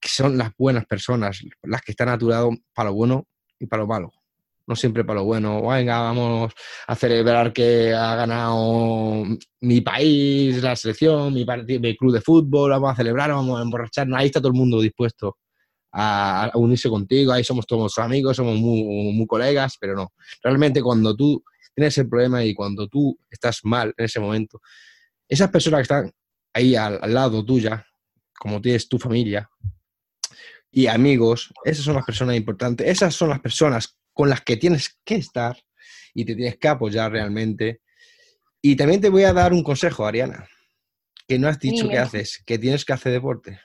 que son las buenas personas, las que están a tu lado para lo bueno y para lo malo. No siempre para lo bueno. Venga, vamos a celebrar que ha ganado mi país, la selección, mi, partido, mi club de fútbol, vamos a celebrar, vamos a emborracharnos. Ahí está todo el mundo dispuesto a, a unirse contigo, ahí somos todos amigos, somos muy, muy colegas, pero no. Realmente cuando tú tienes el problema y cuando tú estás mal en ese momento, esas personas que están ahí al, al lado tuya, como tienes tu familia y amigos, esas son las personas importantes, esas son las personas con las que tienes que estar y te tienes que apoyar realmente. Y también te voy a dar un consejo, Ariana, que no has dicho que haces, que tienes que hacer deporte.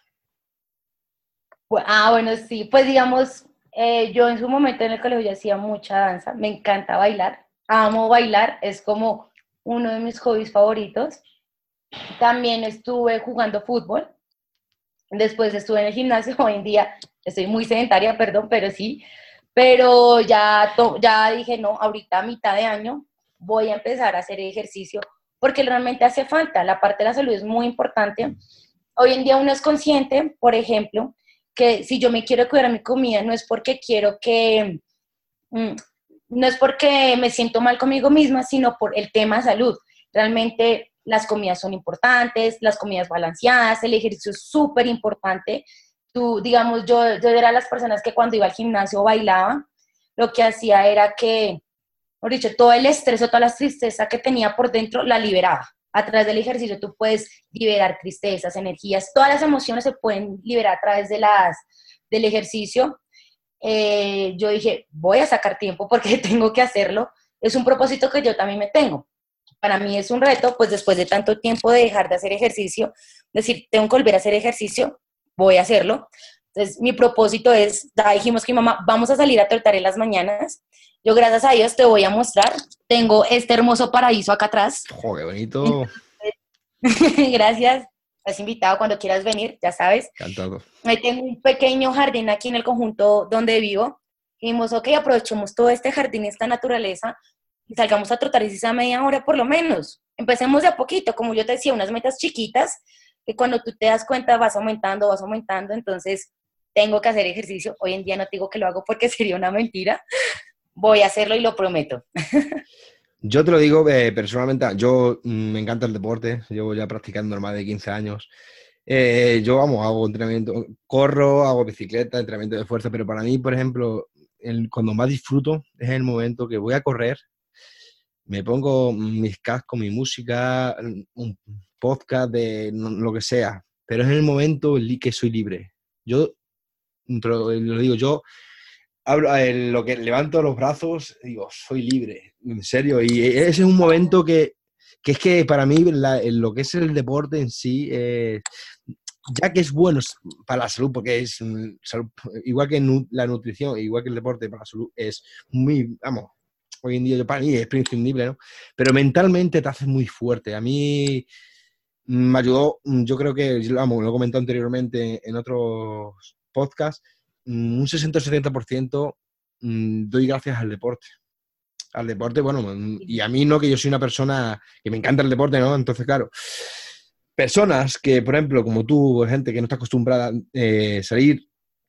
Ah, bueno, sí, pues digamos, eh, yo en su momento en el colegio ya hacía mucha danza, me encanta bailar, amo bailar, es como uno de mis hobbies favoritos. También estuve jugando fútbol, después estuve en el gimnasio, hoy en día estoy muy sedentaria, perdón, pero sí, pero ya, ya dije, no, ahorita a mitad de año voy a empezar a hacer ejercicio, porque realmente hace falta, la parte de la salud es muy importante. Hoy en día uno es consciente, por ejemplo, que si yo me quiero cuidar mi comida, no es porque quiero que, mm, no es porque me siento mal conmigo misma, sino por el tema salud. Realmente las comidas son importantes, las comidas balanceadas, el ejercicio es súper importante. Tú, digamos, yo, yo era de las personas que cuando iba al gimnasio bailaba, lo que hacía era que, por dicho, todo el estrés o toda la tristeza que tenía por dentro la liberaba. A través del ejercicio tú puedes liberar tristezas, energías, todas las emociones se pueden liberar a través de las, del ejercicio. Eh, yo dije, voy a sacar tiempo porque tengo que hacerlo. Es un propósito que yo también me tengo. Para mí es un reto, pues después de tanto tiempo de dejar de hacer ejercicio, decir, tengo que volver a hacer ejercicio, voy a hacerlo. Entonces, mi propósito es, ya dijimos que mi mamá, vamos a salir a trotar en las mañanas. Yo, gracias a Dios, te voy a mostrar. Tengo este hermoso paraíso acá atrás. ¡Oh, qué bonito! Entonces, gracias. Estás invitado cuando quieras venir, ya sabes. Encantado. Ahí tengo un pequeño jardín aquí en el conjunto donde vivo. Y dijimos, ok, aprovechemos todo este jardín, esta naturaleza, y salgamos a trotar y si sea media hora por lo menos. Empecemos de a poquito, como yo te decía, unas metas chiquitas, que cuando tú te das cuenta vas aumentando, vas aumentando, entonces tengo que hacer ejercicio. Hoy en día no te digo que lo hago porque sería una mentira. Voy a hacerlo y lo prometo. Yo te lo digo eh, personalmente, yo mm, me encanta el deporte, llevo ya practicando más de quince años. Eh, yo, vamos, hago entrenamiento, corro, hago bicicleta, entrenamiento de fuerza, pero para mí, por ejemplo, el, cuando más disfruto es el momento que voy a correr, me pongo mis cascos, mi música, un podcast de lo que sea, pero es el momento que soy libre. Yo, lo digo, yo hablo, eh, lo que levanto los brazos, digo, soy libre, en serio, y ese es un momento que, que es que para mí la, lo que es el deporte en sí, eh, ya que es bueno para la salud, porque es salud, igual que nu, la nutrición, igual que el deporte para la salud, es muy, vamos, hoy en día para mí es imprescindible, ¿no? Pero mentalmente te hace muy fuerte. A mí me ayudó, yo creo que, vamos, lo he comentado anteriormente en otros podcasts, un sesenta o setenta por ciento doy gracias al deporte. Al deporte, bueno, y a mí no, que yo soy una persona que me encanta el deporte, ¿no? Entonces, claro, personas que, por ejemplo, como tú, gente que no está acostumbrada a eh, salir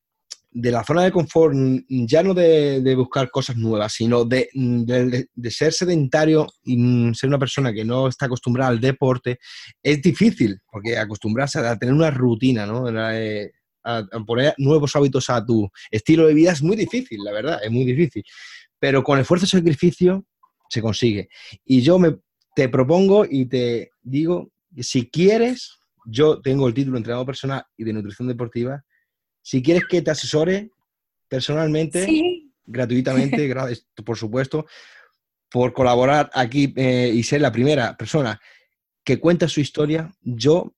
de la zona de confort, ya no de, de buscar cosas nuevas, sino de, de, de ser sedentario y ser una persona que no está acostumbrada al deporte, es difícil, porque acostumbrarse a tener una rutina, ¿no? A, a poner nuevos hábitos a tu estilo de vida es muy difícil, la verdad, es muy difícil. Pero con esfuerzo y sacrificio se consigue. Y yo me, te propongo y te digo, si quieres, yo tengo el título de entrenador personal y de nutrición deportiva. Si quieres que te asesore personalmente, sí, gratuitamente, por supuesto, por colaborar aquí eh, y ser la primera persona que cuenta su historia, yo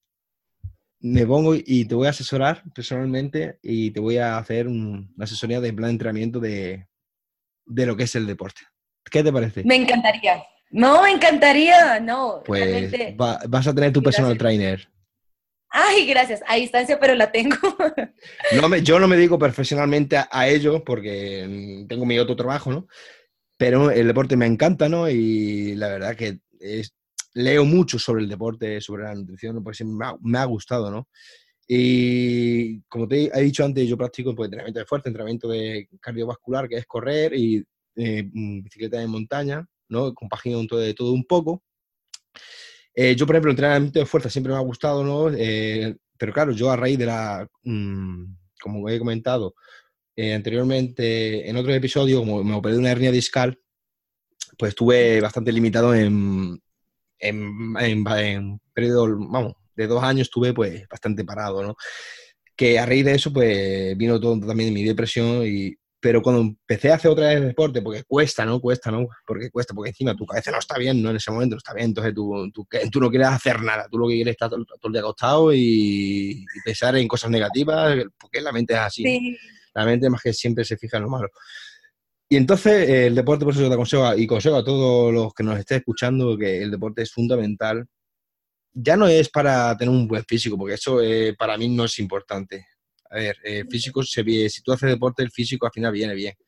me pongo y te voy a asesorar personalmente y te voy a hacer un, una asesoría de plan de entrenamiento de, de lo que es el deporte. ¿Qué te parece? Me encantaría. No, me encantaría. No, pues realmente. Va, vas a tener tu personal trainer. Ay, gracias. A distancia, pero la tengo. No me, yo no me dedico profesionalmente a, a ello porque tengo mi otro trabajo, ¿no? Pero el deporte me encanta, ¿no? Y la verdad que es, leo mucho sobre el deporte, sobre la nutrición, porque siempre me ha, me ha gustado, ¿no? Y como te he dicho antes, yo practico pues, entrenamiento de fuerza, entrenamiento de cardiovascular, que es correr, y eh, bicicleta de montaña, ¿no? Compagino todo, de todo un poco. Eh, yo, por ejemplo, el entrenamiento de fuerza siempre me ha gustado, ¿no? Eh, pero claro, yo a raíz de la, mmm, como he comentado eh, anteriormente en otro episodio, como me operé de una hernia discal, pues estuve bastante limitado en, en, en, en periodo, vamos, de dos años estuve pues bastante parado, ¿no? Que a raíz de eso pues vino todo también de mi depresión y... Pero cuando empecé a hacer otra vez deporte, porque cuesta, ¿no? Cuesta, ¿no? Porque cuesta, porque encima tu cabeza no está bien, ¿no? En ese momento no está bien, entonces tú, tú, tú no quieres hacer nada, tú lo que quieres es estar todo, todo el día acostado y, y pensar en cosas negativas, porque la mente es así, ¿no? Sí. La mente más que siempre se fija en lo malo. Y entonces eh, el deporte, por eso te aconsejo, y consejo a todos los que nos estén escuchando, que el deporte es fundamental. Ya no es para tener un buen físico, porque eso eh, para mí no es importante. A ver, eh, físico se ve, si tú haces deporte, el físico al final viene bien.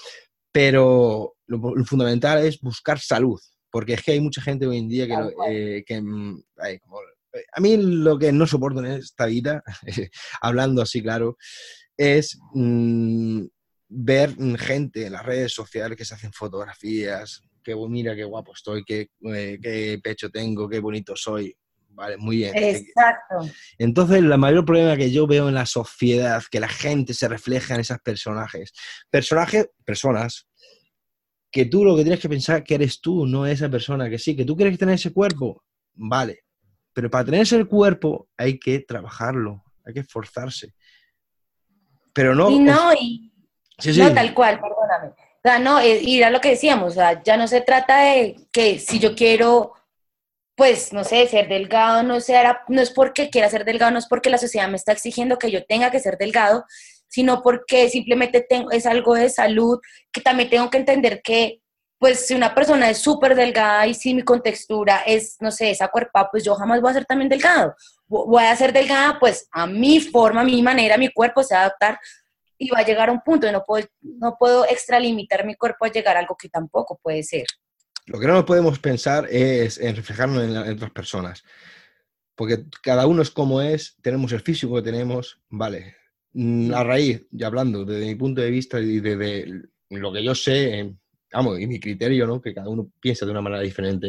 Pero lo, lo fundamental es buscar salud, porque es que hay mucha gente hoy en día que... Eh, que ay, como, a mí lo que no soporto en esta vida, hablando así claro, es mmm, ver gente en las redes sociales que se hacen fotografías, que mira qué guapo estoy, qué, eh, qué pecho tengo, qué bonito soy. Vale, muy bien. Exacto. Entonces, el mayor problema que yo veo en la sociedad, que la gente se refleja en esos personajes. Personajes, personas, que tú lo que tienes que pensar que eres tú, no esa persona, que sí, que tú quieres tener ese cuerpo, vale. Pero para tener ese cuerpo hay que trabajarlo, hay que esforzarse. Pero no... Y no, y Sí, no sí. tal cual, perdóname. O sea, no, eh, y era lo que decíamos, o sea, ya no se trata de que si yo quiero, pues, no sé, ser delgado, no sé, era- no es porque quiera ser delgado, no es porque la sociedad me está exigiendo que yo tenga que ser delgado, sino porque simplemente tengo, es algo de salud, que también tengo que entender que, pues, si una persona es súper delgada y si mi contextura es, no sé, esa cuerpa, pues yo jamás voy a ser también delgado. Vo- Voy a ser delgada, pues, a mi forma, a mi manera, mi cuerpo se va a adaptar y va a llegar a un punto y no puedo, no puedo extralimitar mi cuerpo a llegar a algo que tampoco puede ser. Lo que no nos podemos pensar es en reflejarnos en, en otras personas. Porque cada uno es como es, tenemos el físico que tenemos, vale. A raíz, ya hablando desde mi punto de vista y desde lo que yo sé, vamos, y mi criterio, ¿no? Que cada uno piensa de una manera diferente.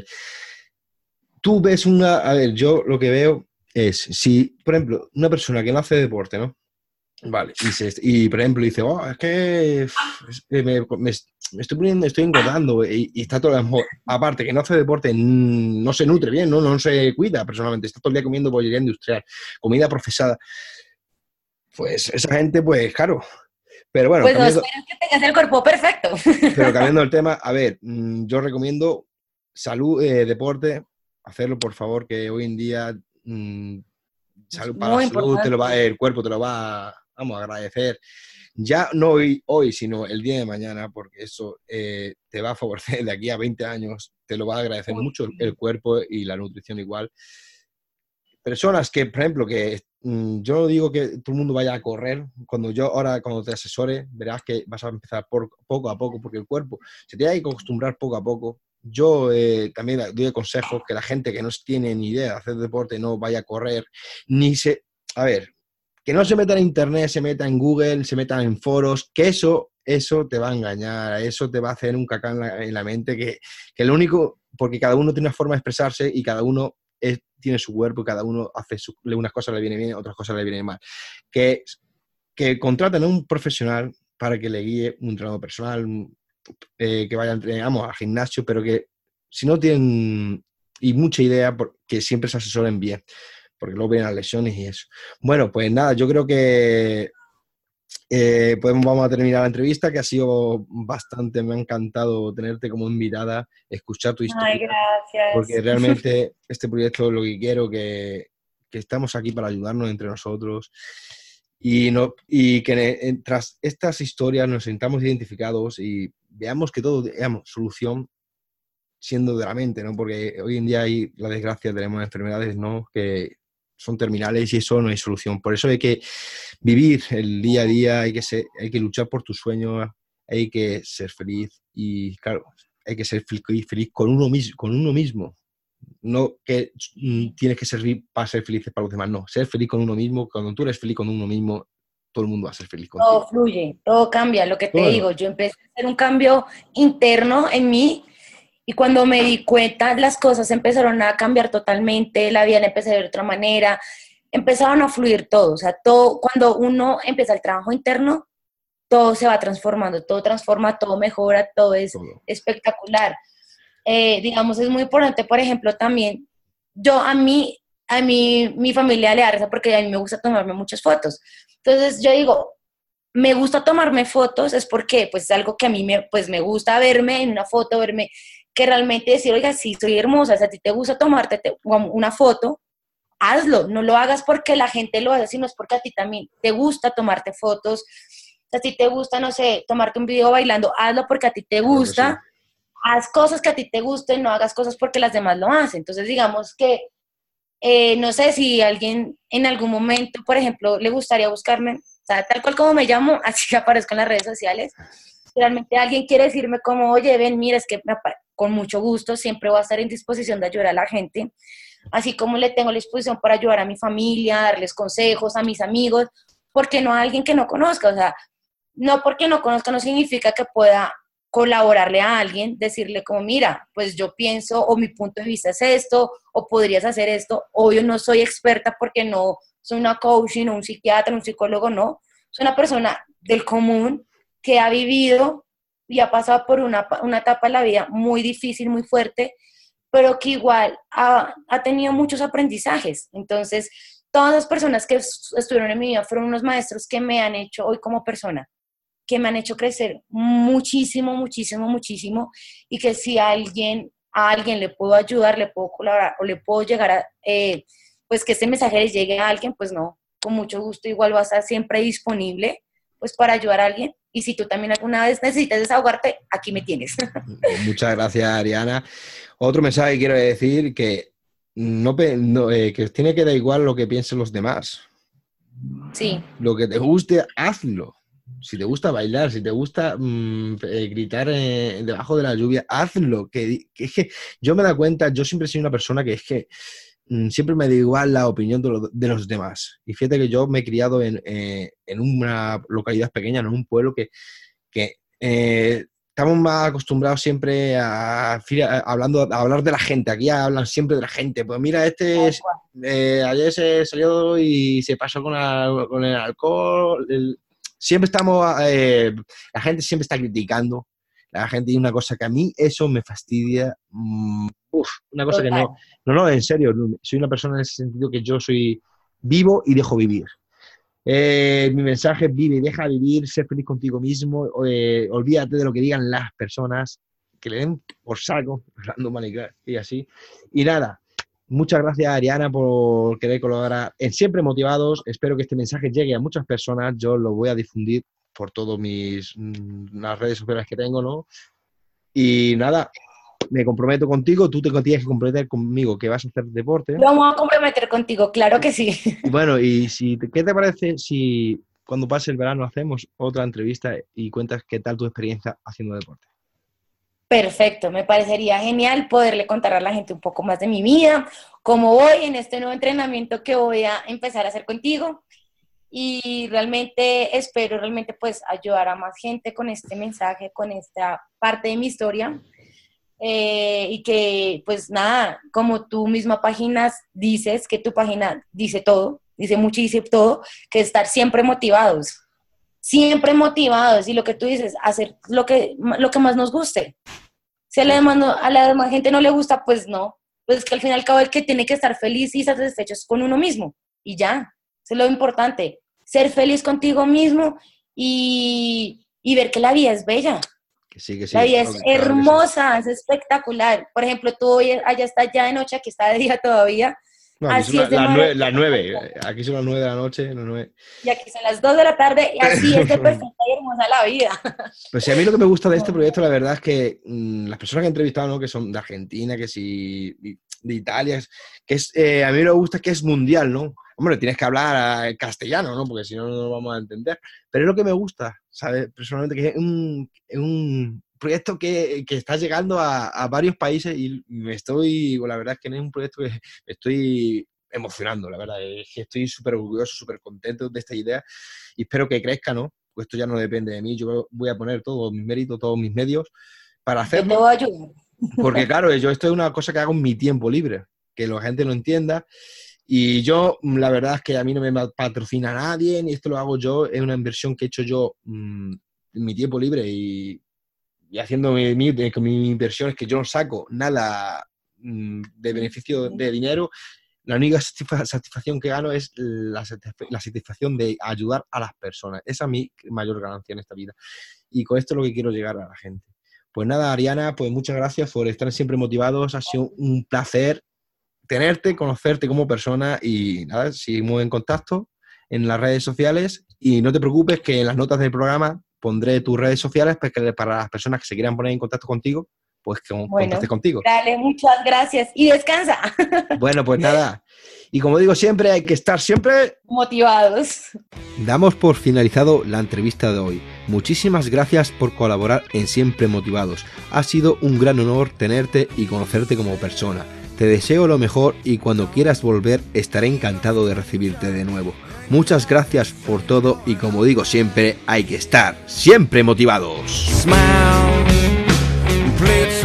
Tú ves una, a ver, yo lo que veo es, si, por ejemplo, una persona que no hace deporte, ¿no? Vale, y, se, y por ejemplo dice, oh, es que es, me, me, me, estoy poniendo, estoy engordando y, y está todo el mejor. Aparte que no hace deporte, no se nutre bien, ¿no? No se cuida personalmente, está todo el día comiendo bollería industrial, comida procesada. Pues esa gente, pues claro. Pero bueno, Pues no cambiando, esperes que tengas el cuerpo perfecto. pero cambiando el tema, a ver, yo recomiendo salud, eh, deporte, hacerlo por favor, que hoy en día mmm, Es salud para la muy salud, te lo va, importante. el cuerpo te lo va, vamos, a agradecer. Ya no hoy, hoy, sino el día de mañana, porque eso eh, te va a favorecer de aquí a veinte años, te lo va a agradecer Uy, mucho el, sí. el cuerpo y la nutrición igual. Personas que, por ejemplo, que mmm, yo no digo que todo el mundo vaya a correr, cuando yo ahora, cuando te asesore, verás que vas a empezar por, poco a poco, porque el cuerpo se tiene que acostumbrar poco a poco. Yo eh, también doy consejos que la gente que no tiene ni idea de hacer deporte no vaya a correr, ni se... A ver, que no se meta en internet, se meta en Google, se meta en foros, que eso, eso te va a engañar, eso te va a hacer un cacán en la, en la mente, que, que lo único, porque cada uno tiene una forma de expresarse y cada uno es, tiene su cuerpo y cada uno hace su, unas cosas le vienen bien, otras cosas le vienen mal. Que, que contraten a un profesional para que le guíe, un entrenador personal, eh, que vayan, digamos, al gimnasio, pero que si no tienen y mucha idea, que siempre se asesoren bien, porque luego vienen las lesiones y eso. Bueno, pues nada, yo creo que eh, pues vamos a terminar la entrevista, que ha sido bastante, me ha encantado tenerte como invitada, escuchar tu Ay, historia, porque gracias. realmente este proyecto es lo que quiero, que, que estamos aquí para ayudarnos entre nosotros y, no, y que en, tras estas historias nos sintamos identificados y veamos que todo, digamos, solución siendo de la mente, ¿no? Porque hoy en día hay la desgracia, tenemos enfermedades, ¿no? Que son terminales y eso no hay solución. Por eso hay que vivir el día a día, hay que, ser, hay que luchar por tus sueños, hay que ser feliz y, claro, hay que ser feliz, feliz con, uno mis, con uno mismo. no que mm, tienes que servir para ser felices para los demás, no, ser feliz con uno mismo, cuando tú eres feliz con uno mismo, todo el mundo va a ser feliz contigo. Todo fluye, todo cambia, lo que te Bueno, digo, yo empecé a hacer un cambio interno en mí y cuando me di cuenta las cosas empezaron a cambiar totalmente, la vida la empecé a ver de otra manera, empezaron a fluir todo, o sea, todo, cuando uno empieza el trabajo interno, todo se va transformando, todo transforma, todo mejora, todo es todo. espectacular. Eh, digamos, es muy importante, por ejemplo, también, yo a mí, a mí, mi familia le da risa porque a mí me gusta tomarme muchas fotos. Entonces yo digo, me gusta tomarme fotos, es porque pues es algo que a mí me, pues, me gusta verme en una foto, verme, que realmente decir, oiga, sí, soy hermosa, si a ti te gusta tomarte te, una foto, hazlo, no lo hagas porque la gente lo hace, sino es porque a ti también te gusta tomarte fotos, a ti te gusta, no sé, tomarte un video bailando, hazlo porque a ti te Claro que sí. gusta, haz cosas que a ti te gusten, no hagas cosas porque las demás lo hacen. Entonces, digamos que, eh, no sé si alguien en algún momento, por ejemplo, le gustaría buscarme, o sea, tal cual como me llamo, así que aparezco en las redes sociales, si realmente alguien quiere decirme como, oye, ven, mira, es que me con mucho gusto, siempre voy a estar en disposición de ayudar a la gente, así como le tengo la disposición para ayudar a mi familia, darles consejos a mis amigos, porque no a alguien que no conozca, o sea, no porque no conozca no significa que pueda colaborarle a alguien, decirle como, mira, pues yo pienso o mi punto de vista es esto, o podrías hacer esto, obvio no soy experta porque no soy una coaching o un psiquiatra, un psicólogo, no, soy una persona del común que ha vivido y ha pasado por una, una etapa de la vida muy difícil, muy fuerte, pero que igual ha, ha tenido muchos aprendizajes. Entonces, todas las personas que estuvieron en mi vida fueron unos maestros que me han hecho hoy como persona, que me han hecho crecer muchísimo, muchísimo, muchísimo, y que si a alguien, a alguien le puedo ayudar, le puedo colaborar o le puedo llegar a, eh, pues que este mensaje le llegue a alguien, pues no, con mucho gusto igual va a estar siempre disponible, pues para ayudar a alguien. Y si tú también alguna vez necesitas desahogarte, aquí me tienes. Pues muchas gracias, Ariana. Otro mensaje que quiero decir, que no, no eh, que tiene que dar igual lo que piensen los demás. Sí. Lo que te guste, hazlo. Si te gusta bailar, si te gusta mmm, eh, gritar eh, debajo de la lluvia, hazlo. Que, que es que yo me da cuenta, yo siempre he sido una persona que es que mmm, siempre me da igual la opinión de, lo, de los demás. Y fíjate que yo me he criado en, eh, en una localidad pequeña, en un pueblo que, que eh, estamos más acostumbrados siempre a, a, hablando, a hablar de la gente. Aquí hablan siempre de la gente. Pues mira, este es, eh, ayer se salió y se pasó con, la, con el alcohol. El, siempre estamos, eh, la gente siempre está criticando. La gente, y una cosa que a mí eso me fastidia. Mm, uf, una cosa Total. que no, no, no, en serio, soy una persona en ese sentido que yo soy vivo y dejo vivir. Eh, mi mensaje es vive, deja vivir, ser feliz contigo mismo, eh, olvídate de lo que digan las personas, que le den por saco, hablando mal y así. Y nada, muchas gracias, Ariana, por querer colaborar en Siempre Motivados. Espero que este mensaje llegue a muchas personas. Yo lo voy a difundir por todas mis mm, las redes sociales que tengo, ¿no? Y nada, me comprometo contigo, tú te tienes que comprometer conmigo que vas a hacer deporte. Lo vamos a comprometer contigo, claro que sí. Y bueno, y si, ¿qué te parece si cuando pase el verano hacemos otra entrevista y cuentas qué tal tu experiencia haciendo deporte? Perfecto, me parecería genial poderle contar a la gente un poco más de mi vida, cómo voy en este nuevo entrenamiento que voy a empezar a hacer contigo y realmente espero realmente pues ayudar a más gente con este mensaje, con esta parte de mi historia. Eh, y que pues nada, como tú misma página dices, que tu página dice todo, dice mucho y dice todo, que estar siempre motivados, siempre motivados y lo que tú dices, hacer lo que, lo que más nos guste. Si a la, demás no, a la demás gente no le gusta, pues no, pues que al fin y al cabo el que tiene que estar feliz y satisfecho es con uno mismo y ya, eso es lo importante, ser feliz contigo mismo y, y ver que la vida es bella. Sí, que sí, la vida claro, es claro hermosa, sí. Es espectacular. Por ejemplo, tú hoy allá está ya de noche, aquí está de día todavía. No, aquí así son es de las nueve, maravilloso. las nueve, aquí son las nueve de la noche, las nueve. Y aquí son las dos de la tarde y así es de perfecta y hermosa la vida. Pues sí, a mí lo que me gusta de este proyecto, la verdad es que mmm, las personas que he entrevistado, ¿no? Que son de Argentina, que sí, de Italia, que es, eh, a mí lo que me gusta es que es mundial, ¿no? Hombre, tienes que hablar castellano, ¿no? Porque si no, no lo vamos a entender. Pero es lo que me gusta, ¿sabes? Personalmente, que es un, un proyecto que, que está llegando a, a varios países y me estoy, la verdad es que no es un proyecto que me estoy emocionando, la verdad, es que estoy súper orgulloso, súper contento de esta idea y espero que crezca, ¿no? Pues esto ya no depende de mí, yo voy a poner todos mis méritos, todos mis medios para hacerlo. Yo te voy a ayudar. Porque claro, yo esto es una cosa que hago en mi tiempo libre, que la gente lo entienda. Y yo, la verdad es que a mí no me patrocina nadie, ni esto lo hago yo, es una inversión que he hecho yo mmm, en mi tiempo libre y, y haciendo mi, mi, con mis inversiones que yo no saco nada mmm, de beneficio de dinero. La única satisfacción que gano es la, la satisfacción de ayudar a las personas. Esa es mi mayor ganancia en esta vida. Y con esto es lo que quiero llegar a la gente. Pues nada, Ariana, pues muchas gracias por estar siempre motivados. Ha sido un placer tenerte, conocerte como persona y nada, seguimos en contacto en las redes sociales y no te preocupes que en las notas del programa pondré tus redes sociales para las personas que se quieran poner en contacto contigo, pues que bueno, contactes contigo. Dale, muchas gracias y descansa. Bueno, pues nada, y como digo siempre, hay que estar siempre motivados. Damos por finalizado la entrevista de hoy. Muchísimas gracias por colaborar en Siempre Motivados. Ha sido un gran honor tenerte y conocerte como persona. Te deseo lo mejor y cuando quieras volver estaré encantado de recibirte de nuevo. Muchas gracias por todo y como digo siempre, hay que estar siempre motivados. Smile,